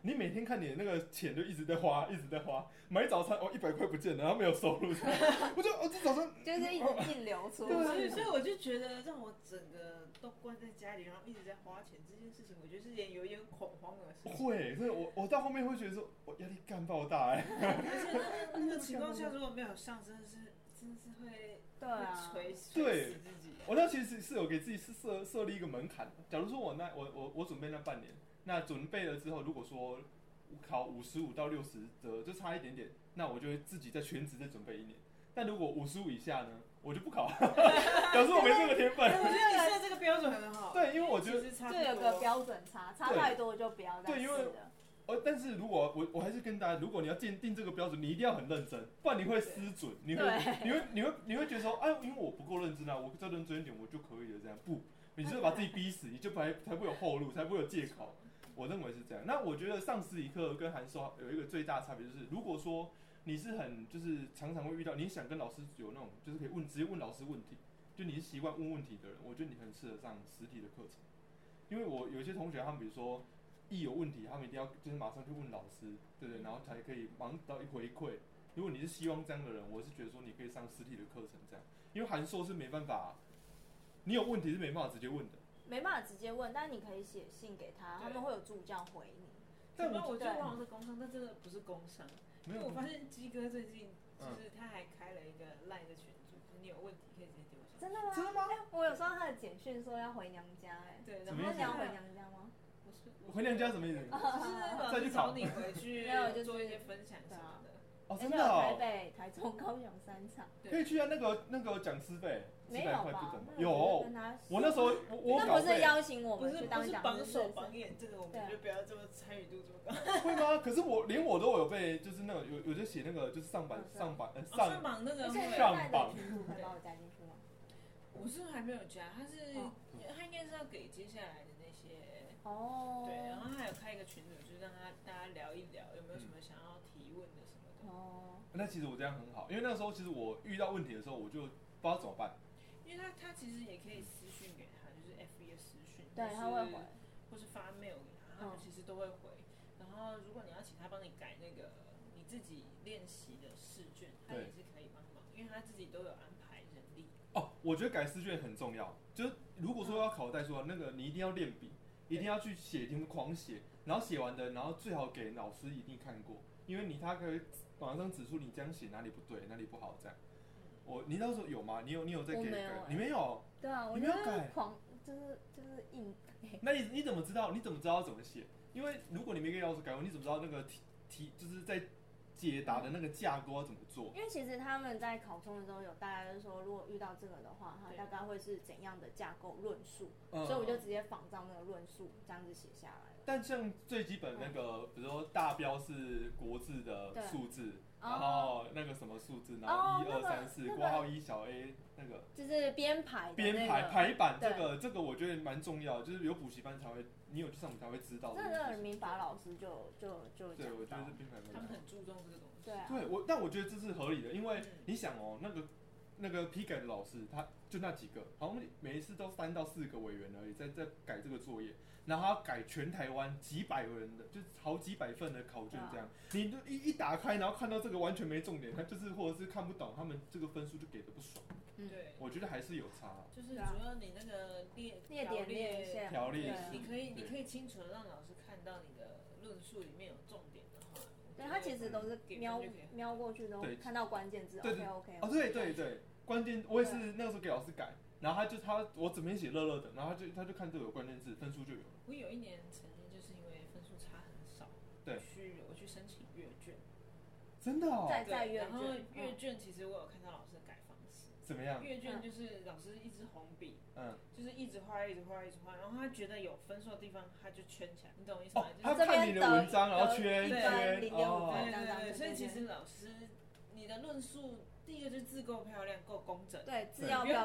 你每天看你的那个钱就一直在花，一直在花，买早餐哦一百块不见了，然后没有收入，我就哦这早餐就是一直净流出。 对，所以我就觉得让我整个都关在家里，然后一直在花钱这件事情，我觉得是件有一点恐慌的事情。 会，所以我我到后面会觉得说，我压力干爆大哎、欸。 而且那个那个情况下，如果没有上，真的是真的是会对啊， 锤锤对死自己。 我那其实是有给自己是设设立一个门槛的。假如说我那我我我准备那半年，那准备了之后，如果说考五十五到六十的就差一点点，那我就会自己在全职再准备一年。但如果五十五以下呢，我就不考，表示我没这个天分。 我觉得你设这个标准很好。 对，因为我觉得就有个标准差，差太多就不要再试了。 呃，但是如果我我还是跟大家，如果你要定定这个标准，你一定要很认真，不然你会失准，你会你会你会你会觉得说，哎，因为我不够认真啊，我再认真一点我就可以了，这样不，你就是把自己逼死，你就才才不会有后路，才不会有借口。我认为是这样。那我觉得上实体课跟函授有一个最大差别，就是如果说你是很就是常常会遇到，你想跟老师有那种就是可以问直接问老师问题，就你是习惯问问题的人，我觉得你很适合上实体的课程，因为我有一些同学他们比如说。一有问题，他们一定要就是马上去问老师，对不对？然后才可以忙到一回馈。如果你是希望这样的人，我是觉得说你可以上实体的课程这样，因为函授是没办法，你有问题是没办法直接问的， 没办法直接问，但是你可以写信给他，他们会有助教回你。 但我我觉得忘了是工商，但这个不是工商，因为我发现鸡哥最近就是他还开了一个 LINE 的群组，就是你有问题可以直接丢上去。 真的吗？ 真的吗？ 欸、我有收到他的简讯说要回娘家、欸，哎， 对， 然后你要回娘家吗？ 回娘家什么意思？ 就是老师找你回去做一些分享什么的。 哦，真的哦。 台北、台中、高雄三场， 可以去啊。那个那个讲师费， 没有吧？ 有。我那时候我我那不是邀请我们去当讲师， 绑手绑眼，这个我们就不要这么参与度这么高。 会吗？可是我连我都有被，就是那个有有在写那个就是上榜上榜呃上榜那个上榜。 群组可以把我加进去吗？ 我是还没有加，他是他应该是要给接下来的那些。 哦， 对，然后还有开一个群组，就是让他大家聊一聊，有没有什么想要提问的什么的。 哦， 那其实我这样很好，因为那时候其实我遇到问题的时候，我就不知道怎么办。 因为他他其实也可以私讯给他，就是 F B 的私讯， 对，他会回， 或是发 mail 给他，他们其实都会回。然后如果你要请他帮你改那个你自己练习的试卷，他也是可以帮忙，因为他自己都有安排人力。 哦，我觉得改试卷很重要，就是如果说要考代数啊，那个你一定要练笔。一定要去写题目，狂写，然后写完的，然后最好给老师一定看过，因为你他可以马上指出你这样写哪里不对，哪里不好这样。我你那时候有吗？你有你有在给改？你没有？ 对啊， 你没有改， 狂就是就是硬改。 那你你怎么知道？你怎么知道怎么写？因为如果你没给老师改过，你怎么知道那个题题就是在解答的那个架构要怎么做？ 因为其实他们在考中的时候有大概就是说，如果遇到这个的话，它大概会是怎样的架构论述，嗯、所以我就直接仿照那个论述这样子写下来了。 但像最基本那个，嗯、比如说大标是国字的数字，然后那个什么数字，然后一二三四，括号一小 a 那个， 就是编排的、那個、 编排排版这个这个我觉得蛮重要，就是有补习班才会，你有去上才会知道。 那个民法老师就就就对，我觉得是编排。 他们很注重这个东西。 对啊。 对我，但我觉得这是合理的，因为你想哦，那个那个批改的老师，他就那几个，好像每一次都三到四个委员而已，在在改这个作业，然后他要改全台湾几百人的，就是好几百份的考卷这样，你就一一打开，然后看到这个完全没重点，他就是或者是看不懂，他们这个分数就给的不爽。 嗯，对， 我觉得还是有差。 就是主要你那个列列点列线条列， 你可以你可以清楚的让老师看到你的论述里面有重点的话， 对他其实都是瞄瞄过去都看到关键字 ，OK OK。 哦，对对对，关键我也是那个时候给老师改，然后他就他我整篇写乐乐的，然后他就他就看这个有关键字，分数就有了。 我有一年曾经就是因为分数差很少， 对， 去我去申请阅卷。 真的哦， 在在阅卷， 然后阅卷其实我有看到老师的改方式， 怎么样？ 阅卷就是老师一支红笔， 嗯， 就是一直画，一直画，一直画，然后他觉得有分数的地方他就圈起来，你懂我意思吗？ 哦，他看你的文章，然后圈圈， 对对对，所以其实老师你的论述，第一个就是字够漂亮，够工整， 对，字要漂亮， 没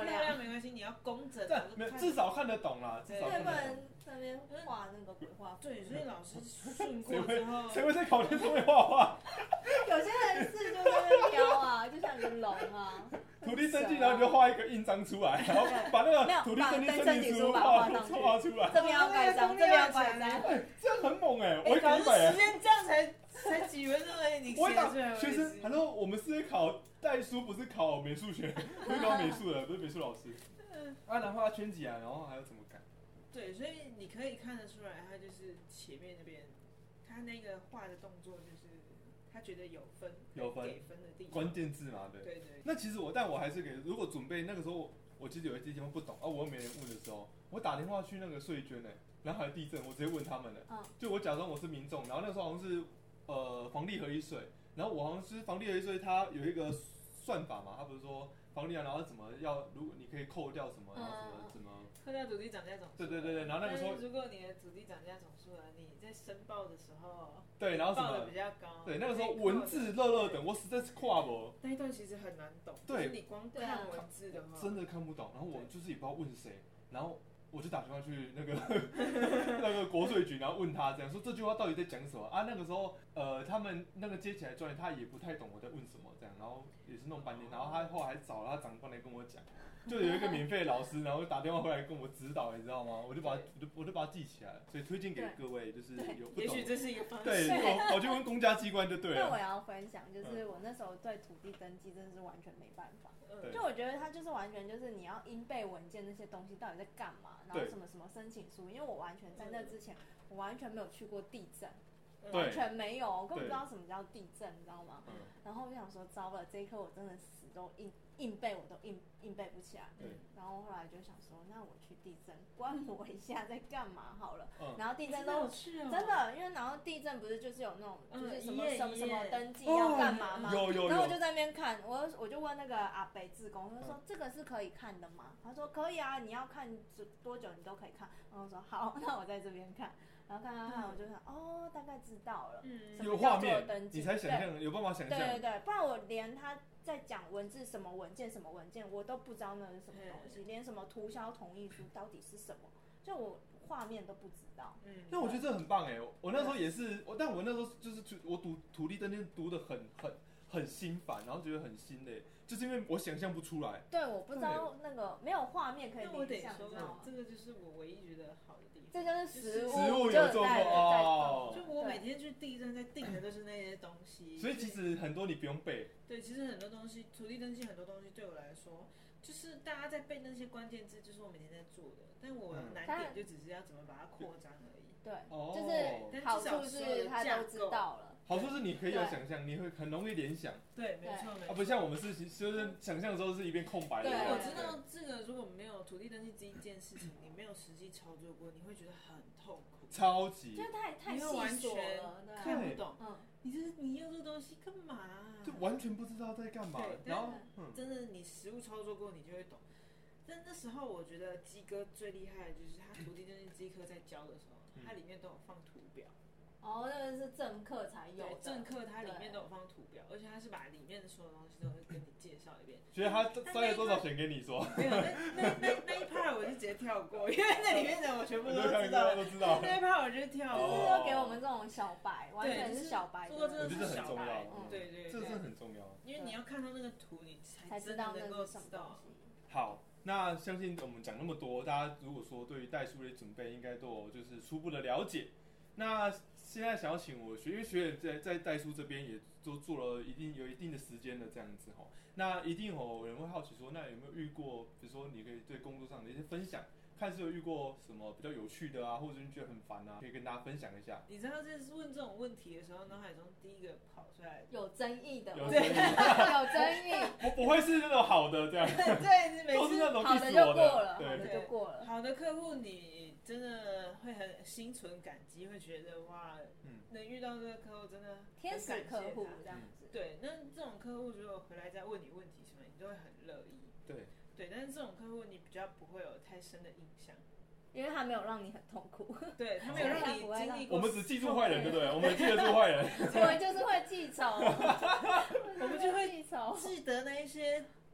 关系，你要工整， 但没有至少看得懂啦，至少对， 看得懂。 不能在那边画那个鬼画符。 对，所以老师训谁会过之后， 谁会在考卷上面画画？ 有些人是就在那边飘啊，就像个龙啊。 土地登记，然后你就画一个印章出来，然后把那个土地登记申请书画画出来。 这边要盖章，这边要盖章。 哎，这样很猛哎！我哎， 一考试一百时间这样才才几分钟而已，你写我打出来学生，他说我们是在考代书，不是考美术学，不是考美术的，不是美术老师。啊，然后他圈几啊，然后还要怎么改？ 对，所以你可以看得出来，他就是前面那边，他那个画的动作就是他觉得有分， 有分给分的地方， 关键字嘛，对。 对对。 那其实我，但我还是给，如果准备那个时候，我其实有一些地方不懂啊，我又没人问的时候，我打电话去那个税捐哎，然后还有地震，我直接问他们了。 嗯。 就我假装我是民众，然后那个时候好像是呃房地合一税，然后我好像是房地合一税，它有一个算法嘛，它不是说房地啊，然后怎么要，如果你可以扣掉什么，然后什么什么。 扣掉土地涨价总数。 对对对对，然后那个时候， 如果你的土地涨价总数啊，你在申报的时候， 对，然后什么报的比较高， 对，那个时候文字热热等，我实在是跨不。 那一段其实很难懂， 对， 就是你光看文字的话， 真的看不懂。然后我就是也不知道问谁，然后我就打电话去那个那个国税局，然后问他这样说这句话到底在讲什么啊？那个时候呃，他们那个接起来专员他也不太懂我在问什么这样，然后也是弄半天，然后他后来还找了他长官来跟我讲。就有一个免费的老师，然后打电话回来跟我指导，你知道吗？我就把我就我就把它记起来了，所以推荐给各位，就是有不懂， 也许这是一个方式。 对，我我就问公家机关就对了。 那我也要分享，就是我那时候对土地登记真的是完全没办法。 嗯、 就我觉得它就是完全就是你要应备文件那些东西到底在干嘛，然后什么什么申请书，因为我完全在那之前我完全没有去过地震。完全没有，我根本不知道什么叫地震，你知道吗？嗯、然后我就想说，糟了，这一科我真的死都硬硬背，我都硬硬背不起来。嗯、然后后来就想说，那我去地震观摩一下在干嘛好了。嗯、然后地震都、 哦、 真的，因为然后地震不是就是有那种就是什么、 嗯、 什么什么登记要干嘛吗？ 哦、有有有。 然后我就在那边看，我我就问那个阿北志工，我就说、嗯、这个是可以看的吗？他说可以啊，你要看多久你都可以看。然后我说好，那我在这边看。然后看看看，我就想，哦，大概知道了，嗯， 有画面，你才想象，有办法想象。 对对对，不然我连他在讲文字什么文件什么文件，我都不知道那是什么东西，连什么涂销同意书到底是什么，就我画面都不知道。 嗯，那我觉得这很棒哎，我那时候也是，我但我那时候就是我读土地登记读得很很很心烦，然后觉得很心累。就是因为我想象不出来， 对，我不知道那个没有画面可以联想， 你知道吗？这个就是我唯一觉得好的地方。 这就是实物， 实物有做过哦。 就我每天去地震在订的都是那些东西， 所以其实很多你不用背。 对，其实很多东西，土地登记很多东西对我来说，就是大家在背那些关键字，就是我每天在做的，但我难点就只是要怎么把它扩张而已。 对，就是好处是他都知道了。 好处是你可以有想象，你会很容易联想。 对，没错没错。 啊，不像我们是就是想象的时候是一片空白的。 对，我知道这个如果没有土地登记这一件事情，你没有实际操作过，你会觉得很痛苦。 超级。 就太太细琐了， 看不懂。嗯。你这你要这东西干嘛？ 就完全不知道在干嘛。然后， 真的你实物操作过，你就会懂。但那时候我觉得鸡哥最厉害的就是他土地登记这一科在教的时候，它里面都有放图表。 哦，那个是正课才有的。 正课它里面都有放图表，而且它是把里面的所有东西都会跟你介绍一遍。 觉得他塞了多少钱给你说？ 没有，那那那那一 part 我就直接跳过，因为那里面的我全部都知道。 都知道。 那一 part 我就跳过。 就是要给我们这种小白，完全是小白。 这个真的是小白， 对对， 这真的很重要。 因为你要看到那个图，你才知道能够知道。 好。那相信我们讲那么多，大家如果说对于代书的准备，应该都有就是初步的了解。那现在想要请我学，因为学员在在代书这边也都做了一定有一定的时间的这样子吼。那一定有人会好奇说，那有没有遇过，比如说你可以对工作上的一些分享，看是有遇过什么比较有趣的啊，或者你觉得很烦啊，可以跟大家分享一下。 你知道在问这种问题的时候，脑海中第一个跑出来有争议的， 有争议， 有争议， 不不会是那种好的这样， 对，每次都是那种好的就过了，好的就过了。 好的客户你真的会很心存感激，会觉得哇，嗯、能遇到这个客户真的天使客户这样子。 对，那这种客户如果回来再问你问题什么，你都会很乐意。 对。 对，但是这种客户你比较不会有太深的印象， 因为他没有让你很痛苦。 对，他没有让你经历过。 我们只记住坏人，对不对？我们记得住坏人。 我们就是会记仇， 我们就会记仇，记得那一些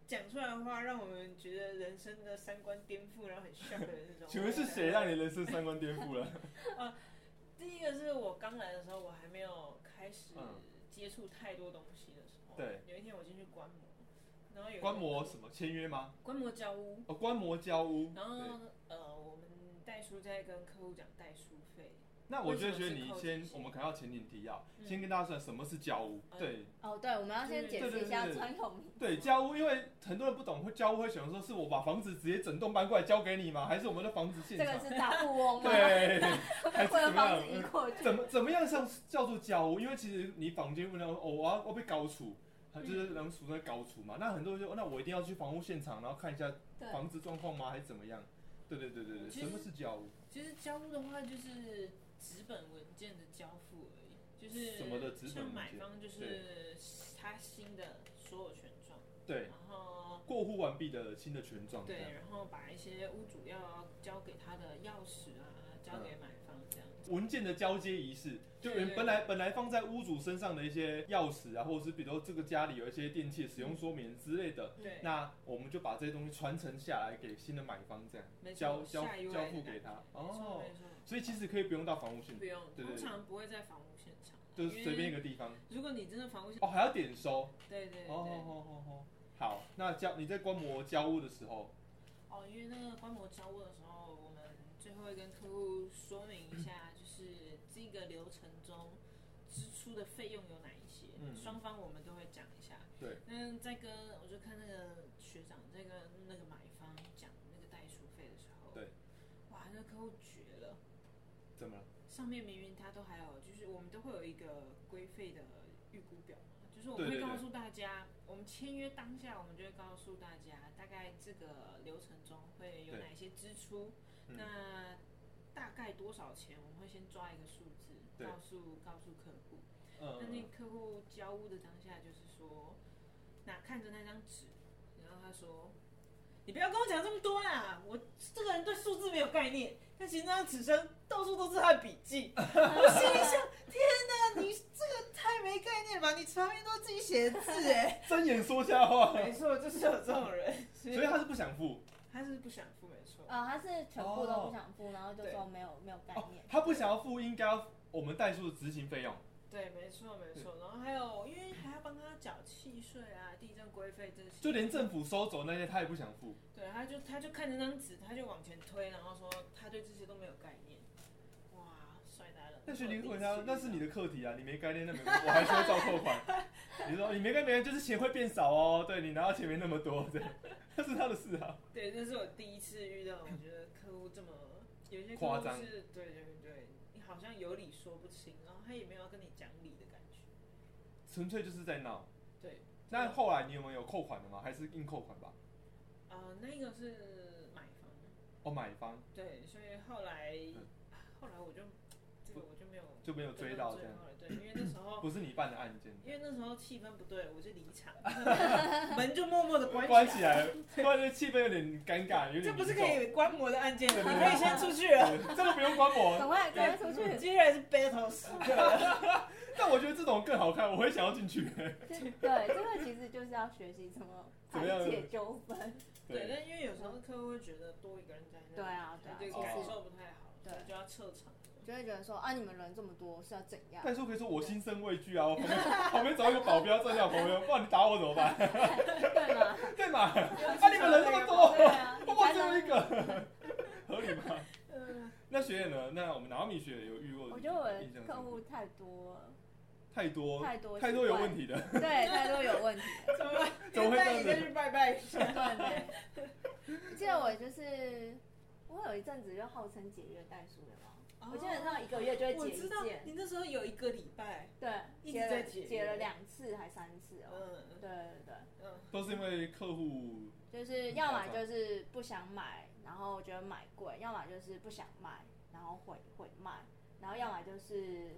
讲出来的话，让我们觉得人生的三观颠覆，然后很 shock 的那种。 请问是谁让你人生三观颠覆了？ 啊，第一个是我刚来的时候，我还没有开始接触太多东西的时候。 对。 有一天我进去观摩，然后有观摩什么签约吗？ 观摩交屋。 哦，观摩交屋。 然后呃，我们代书在跟客户讲代书费。 那我就觉得你先，我们可能要前情提要，嗯、先跟大家说什么是交屋。嗯、对。 哦，对，我们要先解释一下专有名词。 对，交屋，因为很多人不懂，会交屋会想说，是我把房子直接整栋搬过来交给你吗？还是我们的房子现场？ 这个是大富翁吗？ 对，还是怎么样？ 嗯、 怎么怎么样像叫做交屋？因为其实你房间不能，哦，我要我被高处。就是能属在高处嘛，那很多人就、哦、那我一定要去房屋现场，然后看一下房子状况吗，还是怎么样？对对对对对，什么是交屋？ 其实交屋的话就是纸本文件的交付而已，就是什么的纸本文件？ 像买方就是他新的所有权状， 对， 然后过户完毕的新的权状， 对，然后把一些屋主要交给他的钥匙啊，交给买方这样。 文件的交接仪式，就原本来本来放在屋主身上的一些钥匙啊，或者是比如这个家里有一些电器的使用说明之类的， 对， 那我们就把这些东西传承下来给新的买方，这样交交交付给他。 哦， 所以其实可以不用到房屋现场， 不用， 对对对， 通常不会在房屋现场， 就是随便一个地方。 如果你真的房屋现场，哦，还要点收， 对对对， 哦哦哦哦，好，那交你在观摩交屋的时候， 哦，因为那个观摩交屋的时候，我们最后会跟客户说明一下，就是这个流程中支出的费用有哪一些，双、嗯、方我们都会讲一下。 对。 那在跟我就看那个学长在跟那个买方讲那个代书费的时候， 对， 哇，那个客户绝了。 怎么了？ 上面明明他都还有，就是我们都会有一个规费的预估表嘛，就是我们会告诉大家，对对对，我们签约当下，我们就会告诉大家大概这个流程中会有哪些支出，那大概多少钱，我们会先抓一个数字，告诉告诉客户。嗯、那那客户交屋的当下就是说，那看着那张纸，然后他说：“你不要跟我讲这么多啦，我这个人对数字没有概念。”但其实那张纸上到处都是他的笔记，我心里想：天哪，你这个太没概念吧！你旁边都是自己写的字哎， 睁眼说瞎话。 没错，就是有这种人， 所以他是不想付。 他是不想付，没错。 啊、呃，他是全部都不想付，哦、然后就说没有没有概念、 哦。他不想要付，应该要我们代书的执行费用。 对，没错没错。然后还有，因为还要帮他缴契税啊、地震规费这些， 就连政府收走那些他也不想付。 对，他就他就看着那张纸，他就往前推，然后说他对这些都没有概念。哇，帅呆了！ 那学你回他，那是你的课题啊，你没概念，那没我还说照扣款。你说你没概念，就是钱会变少哦。对你拿到钱没那么多，对，那是他的事啊。 对，这是我第一次遇到，我觉得客户这么有些客户是，对对对，你好像有理说不清，然后他也没有要跟你讲理的感觉， 纯粹就是在闹。 对。 那后来你有没有扣款的吗？还是硬扣款吧？ 呃，那个是买方。 哦，买方。 对，所以后来，嗯、后来我就这个我就没有就没有追到这样。 对，因为那时候不是你办的案件。 因为那时候气氛不对，我就离场，门就默默的关关起来了，不然这气氛有点尴尬，有点。 这不是可以观摩的案件，你可以先出去了。 这个不用观摩， 赶快赶快出去。 接下来是 battle 时刻。 但我觉得这种更好看，我会想要进去。 对，这个其实就是要学习怎么排解纠纷。 对，但因为有时候客户会觉得多一个人在那， 对啊，对啊， 对，感受不太好， 对， 就要撤场。 就会觉得说啊，你们人这么多是要怎样？ 但是我可以说我心生畏惧啊，我旁边旁边找一个保镖站在我旁边，不然你打我怎么办？ 对嘛？ 对嘛？啊，你们人那么多， 对啊， 我只有一个，合理吗？那学姐呢？那我们Naomi学姐有遇过？ 我觉得我的客户太多了。 太多太多太多有问题的， 对，太多有问题的， 怎么怎么会这样子？ 再去拜拜一下。 对，记得我就是我有一阵子就号称解约代书的嘛，哦、我基本上一个月就会解一件。 你那时候有一个礼拜， 对， 一直在解， 解了两次还三次哦。 嗯， 对对对， 嗯， 都是因为客户就是要么就是不想买，然后觉得买贵；要么就是不想卖，然后毁毁卖；然后要么就是。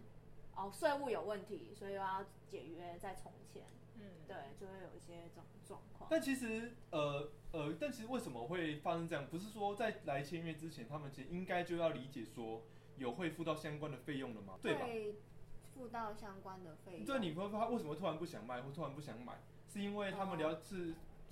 哦，税务有问题，所以又要解约再重签。嗯，对，就会有一些这种状况。 但其实，呃呃，但其实为什么会发生这样？不是说在来签约之前，他们其实应该就要理解说有会付到相关的费用了吗？对吧？ 会付到相关的费用。 对，你会发为什么突然不想卖或突然不想买？是因为他们了是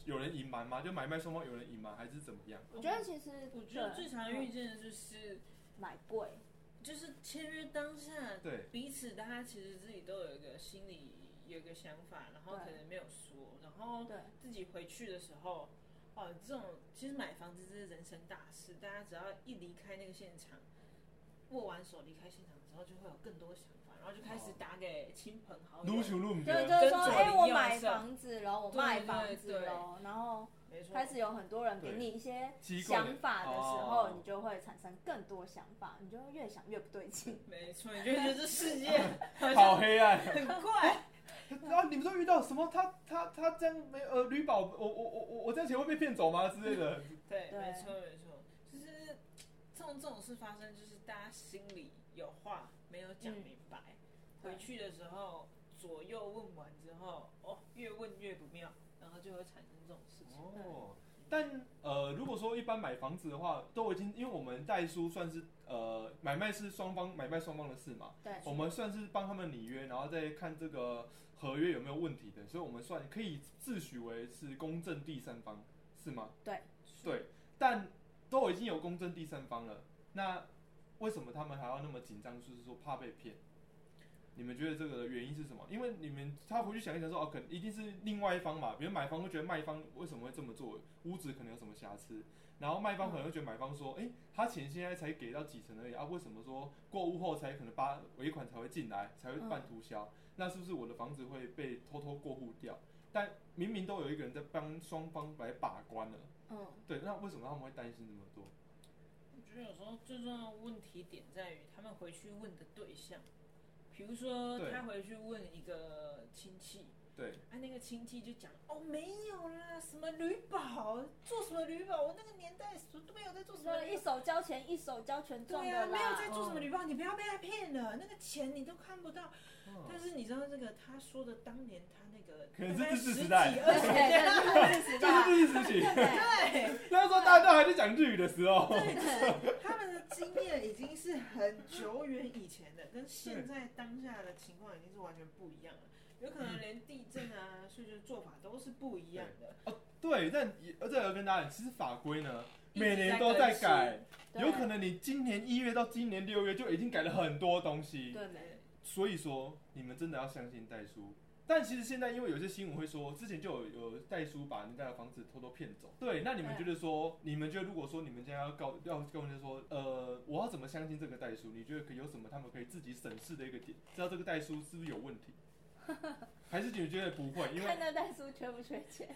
有人隐瞒吗？就买卖双方有人隐瞒还是怎么样？ 我觉得其实我觉得最常遇见的就是买贵， 就是签约当下， 对彼此大家其实自己都有一个心里有一个想法，然后可能没有说，然后自己回去的时候，哦，这种其实买房子这是人生大事，大家只要一离开那个现场，握完手离开现场之后，就会有更多想法，然后就开始打给亲朋好友， 撸球撸对，就是说，哎、欸，我买房子了，我卖房子了，然后开始有很多人给你一些想法的时候，你就会产生更多想法，你就会越想越不对劲。 没错，你就会觉得这世界好黑暗， 很怪。 然后你们都遇到什么？他他他这样没呃旅保，我我我我我这样钱会被骗走吗之类的？ 对，没错没错，就是这种这种事发生，就是大家心里有话没有讲明白，嗯、回去的时候左右问完之后，哦，越问越不妙，然后就会产生这种事情。 哦，但呃，如果说一般买房子的话，都已经因为我们代书算是呃买卖是双方买卖双方的事嘛， 对， 我们算是帮他们拟约，然后再看这个合约有没有问题的，所以我们算可以自诩为是公正第三方，是吗？ 对， 对，但都已经有公正第三方了，那为什么他们还要那么紧张？就是说怕被骗？你们觉得这个原因是什么？因为你们他回去想一想说，哦，可能一定是另外一方嘛，比如买方会觉得卖方为什么会这么做，屋子可能有什么瑕疵，然后卖方可能会觉得买方说，哎、欸，他钱现在才给到几成而已啊，为什么说过户后才可能把尾款才会进来，才会办涂销？嗯、那是不是我的房子会被偷偷过户掉？但明明都有一个人在帮双方来把关了，嗯，对，那为什么他们会担心这么多？ 我觉得有时候最重要的问题点在于他们回去问的对象。比如说，他回去问一个亲戚， 对， 啊，那个亲戚就讲，哦，没有啦，什么旅保，做什么旅保，我那个年代都没有在做什么， 一手交钱一手交权状的啦， 对啊，没有在做什么旅保，哦、你不要被他骗了，那个钱你都看不到。哦、但是你知道这个他说的当年他那个可能是日治时代， 对， 对， 这是日治时期， 对， 那时候大家都还在讲日语的时候， 对对，他们的经验已经是很久远以前的，跟现在当下的情况已经是完全不一样了。有可能连地震啊，所以就做法都是不一样的。 哦，对，但而且要跟大家讲，其实法规呢每年都在改，有可能你今年一月到今年六月就已经改了很多东西。 对。 所以说，你们真的要相信代书。但其实现在，因为有些新闻会说，之前就有有代书把人家的房子偷偷骗走。对，那你们觉得说，你们觉得如果说你们现在要告要告人家说，呃，我要怎么相信这个代书？你觉得可以有什么他们可以自己审视的一个点，知道这个代书是不是有问题？还是你觉得不会？因为看那代书缺不缺钱？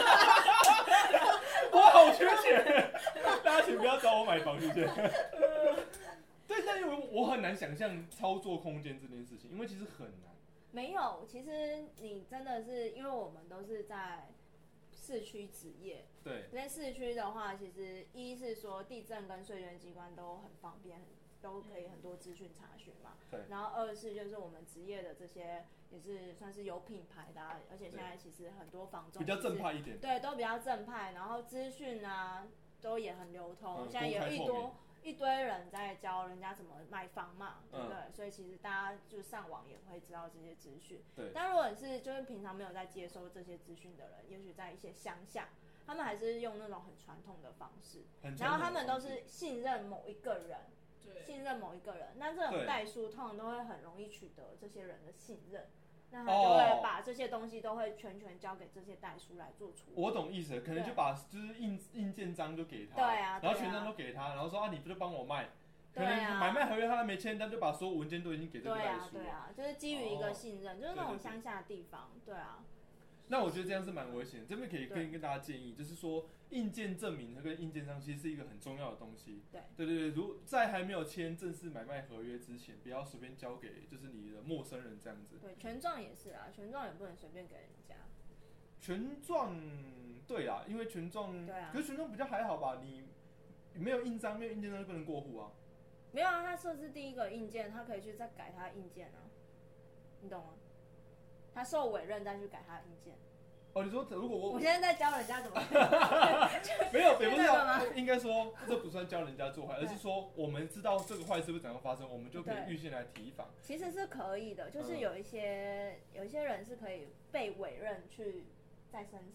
我好缺钱，大家请不要找我买房，谢谢。对，但因为我很难想象操作空间这件事情，因为其实很难。 没有，其实你真的是因为我们都是在市区职业， 对， 在市区的话，其实一是说地政跟税捐机关都很方便，都可以很多资讯查询嘛。 对。 然后二是就是我们职业的这些也是算是有品牌的、啊，而且现在其实很多房仲比较正派一点， 对，都比较正派，然后资讯啊都也很流通， 嗯、 现在有一多。一堆人在教人家怎么买房嘛，对不对？嗯、所以其实大家就上网也会知道这些资讯。 对。 但如果你是就是平常没有在接收这些资讯的人，也许在一些乡下，他们还是用那种很传统的方式，然后他们都是信任某一个人，信任某一个人。那这种代书通常都会很容易取得这些人的信任。那他就会把这些东西都会全权交给这些代书来做处理。 我懂意思，可能就把就是印印鉴章就给他， 对啊， 然后全章都给他，然后说啊，你不就帮我卖？可能买卖合约他还没签单，就把所有文件都已经给这个代书。 对啊，对啊，就是基于一个信任，哦、就是那种乡下的地方，对啊。 那我觉得这样是蛮危险的，这边可以可以跟大家建议，就是说印鉴证明和印鉴章其实是一个很重要的东西。 对对对对，如在还没有签正式买卖合约之前，不要随便交给就是你的陌生人这样子。 对，权状也是啊，权状也不能随便给人家。 权状对啦，因为权状， 对啊， 可是权状比较还好吧？你没有印章，没有印鉴章就不能过户啊。 没有啊，他设置第一个印鉴，他可以去再改他的印鉴啊，你懂吗？他受委任再去改他的印鉴。 哦，你说如果我我现在在教人家怎么没有，也不是吗？应该说这不算教人家做坏，而是说我们知道这个坏事会怎样发生，我们就可以预先来提防。 其实是可以的，就是有一些、嗯、有一些人是可以被委任去再申请他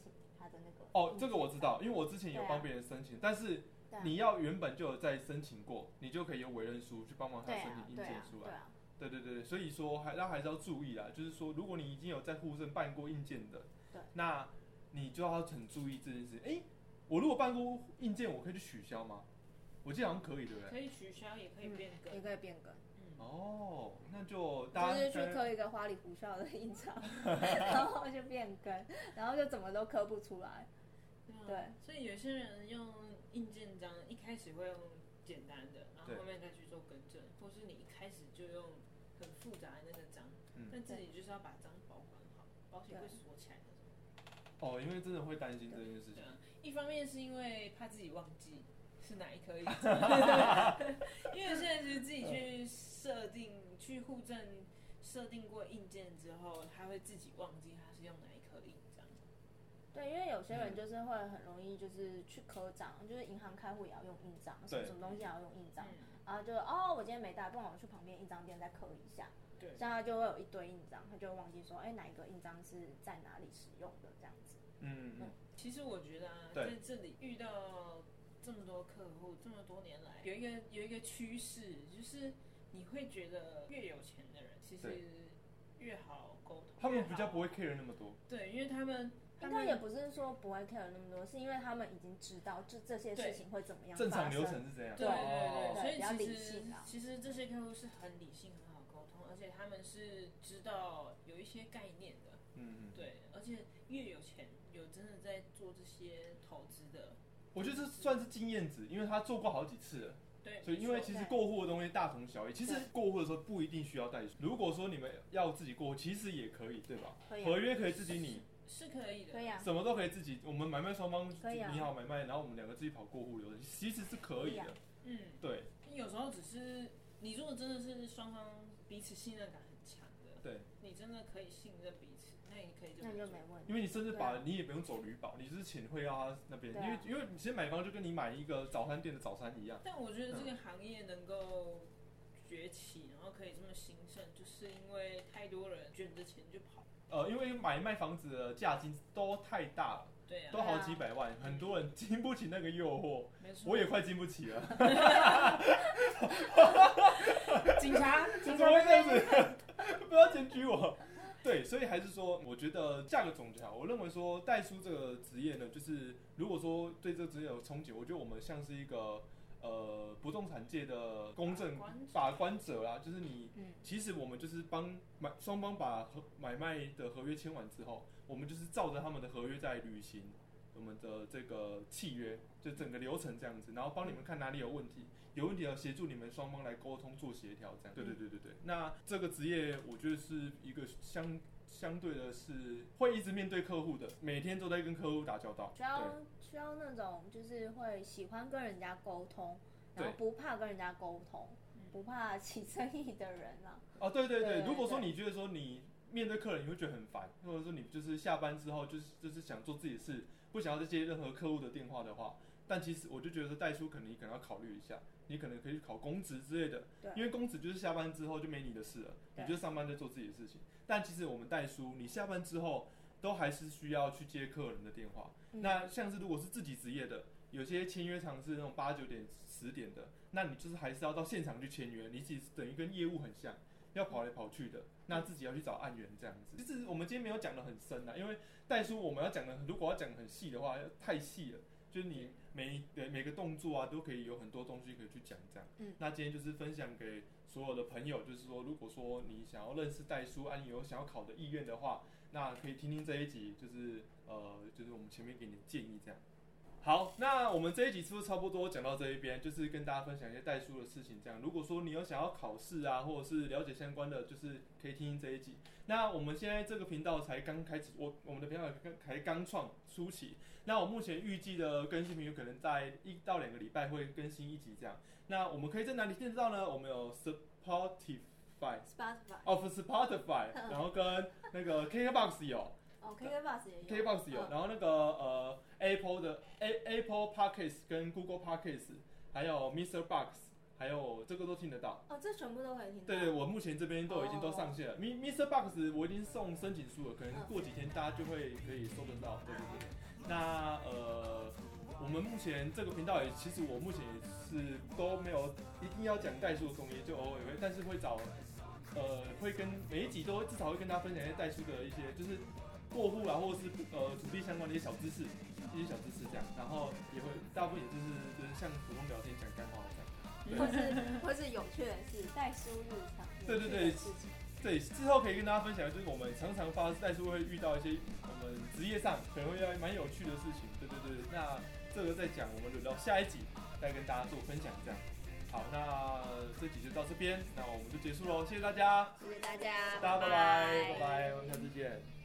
他的那个。 哦，这个我知道，因为我之前有帮别人申请，啊、但是你要原本就有在申请过，你就可以有委任书去帮忙他申请印件出来。 对啊， 对对 对, 对，所以说还大家还是要注意啦，就是说如果你已经有在户政办过印件的， 对， 那你就要很注意这件事。哎，我如果办过印件，我可以去取消吗？我记得好像可以，对不对？ 可以取消，也可以变更， 嗯、也可以变更。 哦，那就大家就是去刻一个花里胡哨的印章，然后就变更，然后就怎么都刻不出来。对， 啊、所以有些人用印件章，一开始会用简单的，然后后面再去做更正，或是你一开始就用很复杂的那个章，嗯、但自己就是要把章保管好，保险柜锁起来那种。 哦，因为真的会担心这件事情。 啊、一方面是因为怕自己忘记是哪一颗印章，因为现在其实自己去设定、去户政设定过印件之后，他会自己忘记他是用哪一颗印章。 对，因为有些人就是会很容易就是去刻章，就是银行开户也要用印章，什么什么东西也要用印章，嗯、然后就哦我今天没带，不然我去旁边印章店再刻一下。 对， 这样他就会有一堆印章，他就会忘记说，哎，哪一个印章是在哪里使用的这样子。 嗯嗯。 其实我觉得啊，在这里遇到这么多客户，这么多年来，有一个有一个趋势，就是你会觉得越有钱的人其实越好沟通， 他们比较不会 care 那么多。 对，因为他们应该也不是说不会 care 那么多，是因为他们已经知道这这些事情会怎么样发生， 正常流程是这样。 对对对， 对所以比较其实理性啊。 其实这些客户是很理性、很好沟通，而且他们是知道有一些概念的。 嗯嗯。 对，而且越有钱，有真的在做这些投资的。 我觉得这算是经验值，因为他做过好几次了。 对， 所以因为其实过户的东西大同小异，其实过户的时候不一定需要代书。如果说你们要自己过户，其实也可以，对吧？ 可以、啊。 合约可以自己拟， 是可以的， 可以啊， 什么都可以自己，我们买卖双方拟好买卖，然后我们两个自己跑过户流程，其实是可以的。 嗯， 对。 有时候只是你如果真的是双方彼此信任感很强的， 对， 你真的可以信任彼此，那你可以就那就没问题。 因为你甚至把、啊、你也不用走旅保，你就是钱汇到他那边， 啊、 因为因为你其实买方就跟你买一个早餐店的早餐一样。 但我觉得这个行业能够崛起，然后可以这么兴盛，就是因为太多人卷着钱就跑。 呃，因为买卖房子的价金都太大了。 对啊， 都好几百万，很多人经不起那个诱惑，我也快经不起了。 警察， 警察会这样子，不要检举我。对，所以还是说，我觉得下个总结好，我认为说代书这个职业呢，就是如果说对这个职业有憧憬，我觉得我们像是一个呃不动产界的公正把关者啦，就是你，嗯、其实我们就是帮买双方把合买卖的合约签完之后，我们就是照着他们的合约在履行我们的这个契约，就整个流程这样子，然后帮你们看哪里有问题，有问题要协助你们双方来沟通做协调，这样。对对对对对。那这个职业我觉得是一个相相对的是会一直面对客户的，每天都在跟客户打交道， 需要需要那种就是会喜欢跟人家沟通，然后不怕跟人家沟通，不怕起争议的人啊。 哦，对对 对, 对, 对，如果说你觉得说你面对客人你会觉得很烦，或者说你就是下班之后就是就是想做自己的事，不想要再接任何客户的电话的话，但其实我就觉得说代书可能你可能要考虑一下，你可能可以考公职之类的，因为公职就是下班之后就没你的事了，你就上班在做自己的事情。但其实我们代书，你下班之后都还是需要去接客人的电话。嗯、那像是如果是自己职业的，有些签约场是那种八九点、十点的，那你就是还是要到现场去签约，你其实等于跟业务很像，要跑来跑去的，那自己要去找案源这样子。其实我们今天没有讲得很深啦，因为代书我们要讲的，如果要讲得很细的话，太细了。就是你每每个动作啊，都可以有很多东西可以去讲这样。嗯，那今天就是分享给所有的朋友，就是说，如果说你想要认识代书，啊，你有想要考的意愿的话，那可以听听这一集，就是呃，就是我们前面给你的建议这样。好，那我们这一集是不是差不多讲到这一边？就是跟大家分享一些代书的事情这样。如果说你有想要考试啊，或者是了解相关的，就是可以听听这一集。那我们现在这个频道才刚开始，我我们的频道才刚创初期。那我目前预计的更新频率可能在一到两个礼拜会更新一集这样。那我们可以在哪里听得到呢？我们有 Spotify，Spotify， 哦 Spotify， 然后跟那个 K K B O X 有。 哦 ，K K B O X 也有 ，K K B O X 有，嗯、然后那个呃 Apple 的 A Apple Podcast 跟 Google Podcast， 还有 Mister Box 还有这个都听得到。 哦，这全部都可以听到。 对对，我目前这边都已经都上线了。Mi Mister Box 我已经送申请书了，可能过几天大家就会可以收得到。对对对。那呃，我们目前这个频道也，其实我目前也是都没有一定要讲代数的东西，就偶尔会，但是会找呃会跟每一集都至少会跟大家分享一些代数的一些就是过户啊，或者是呃土地相关的一些小知识，一些小知识这样，然后也会大部分也就是就是像普通聊天讲干话这样。 或是或是有趣的事，代书日常。 对对对，对，之后可以跟大家分享，就是我们常常发代书会遇到一些我们职业上可能会蛮有趣的事情。对对对，那这个再讲，我们留到下一集再跟大家做分享这样。好，那这集就到这边，那我们就结束喽，谢谢大家， 谢谢大家， 大家拜拜，拜拜，我们下次见。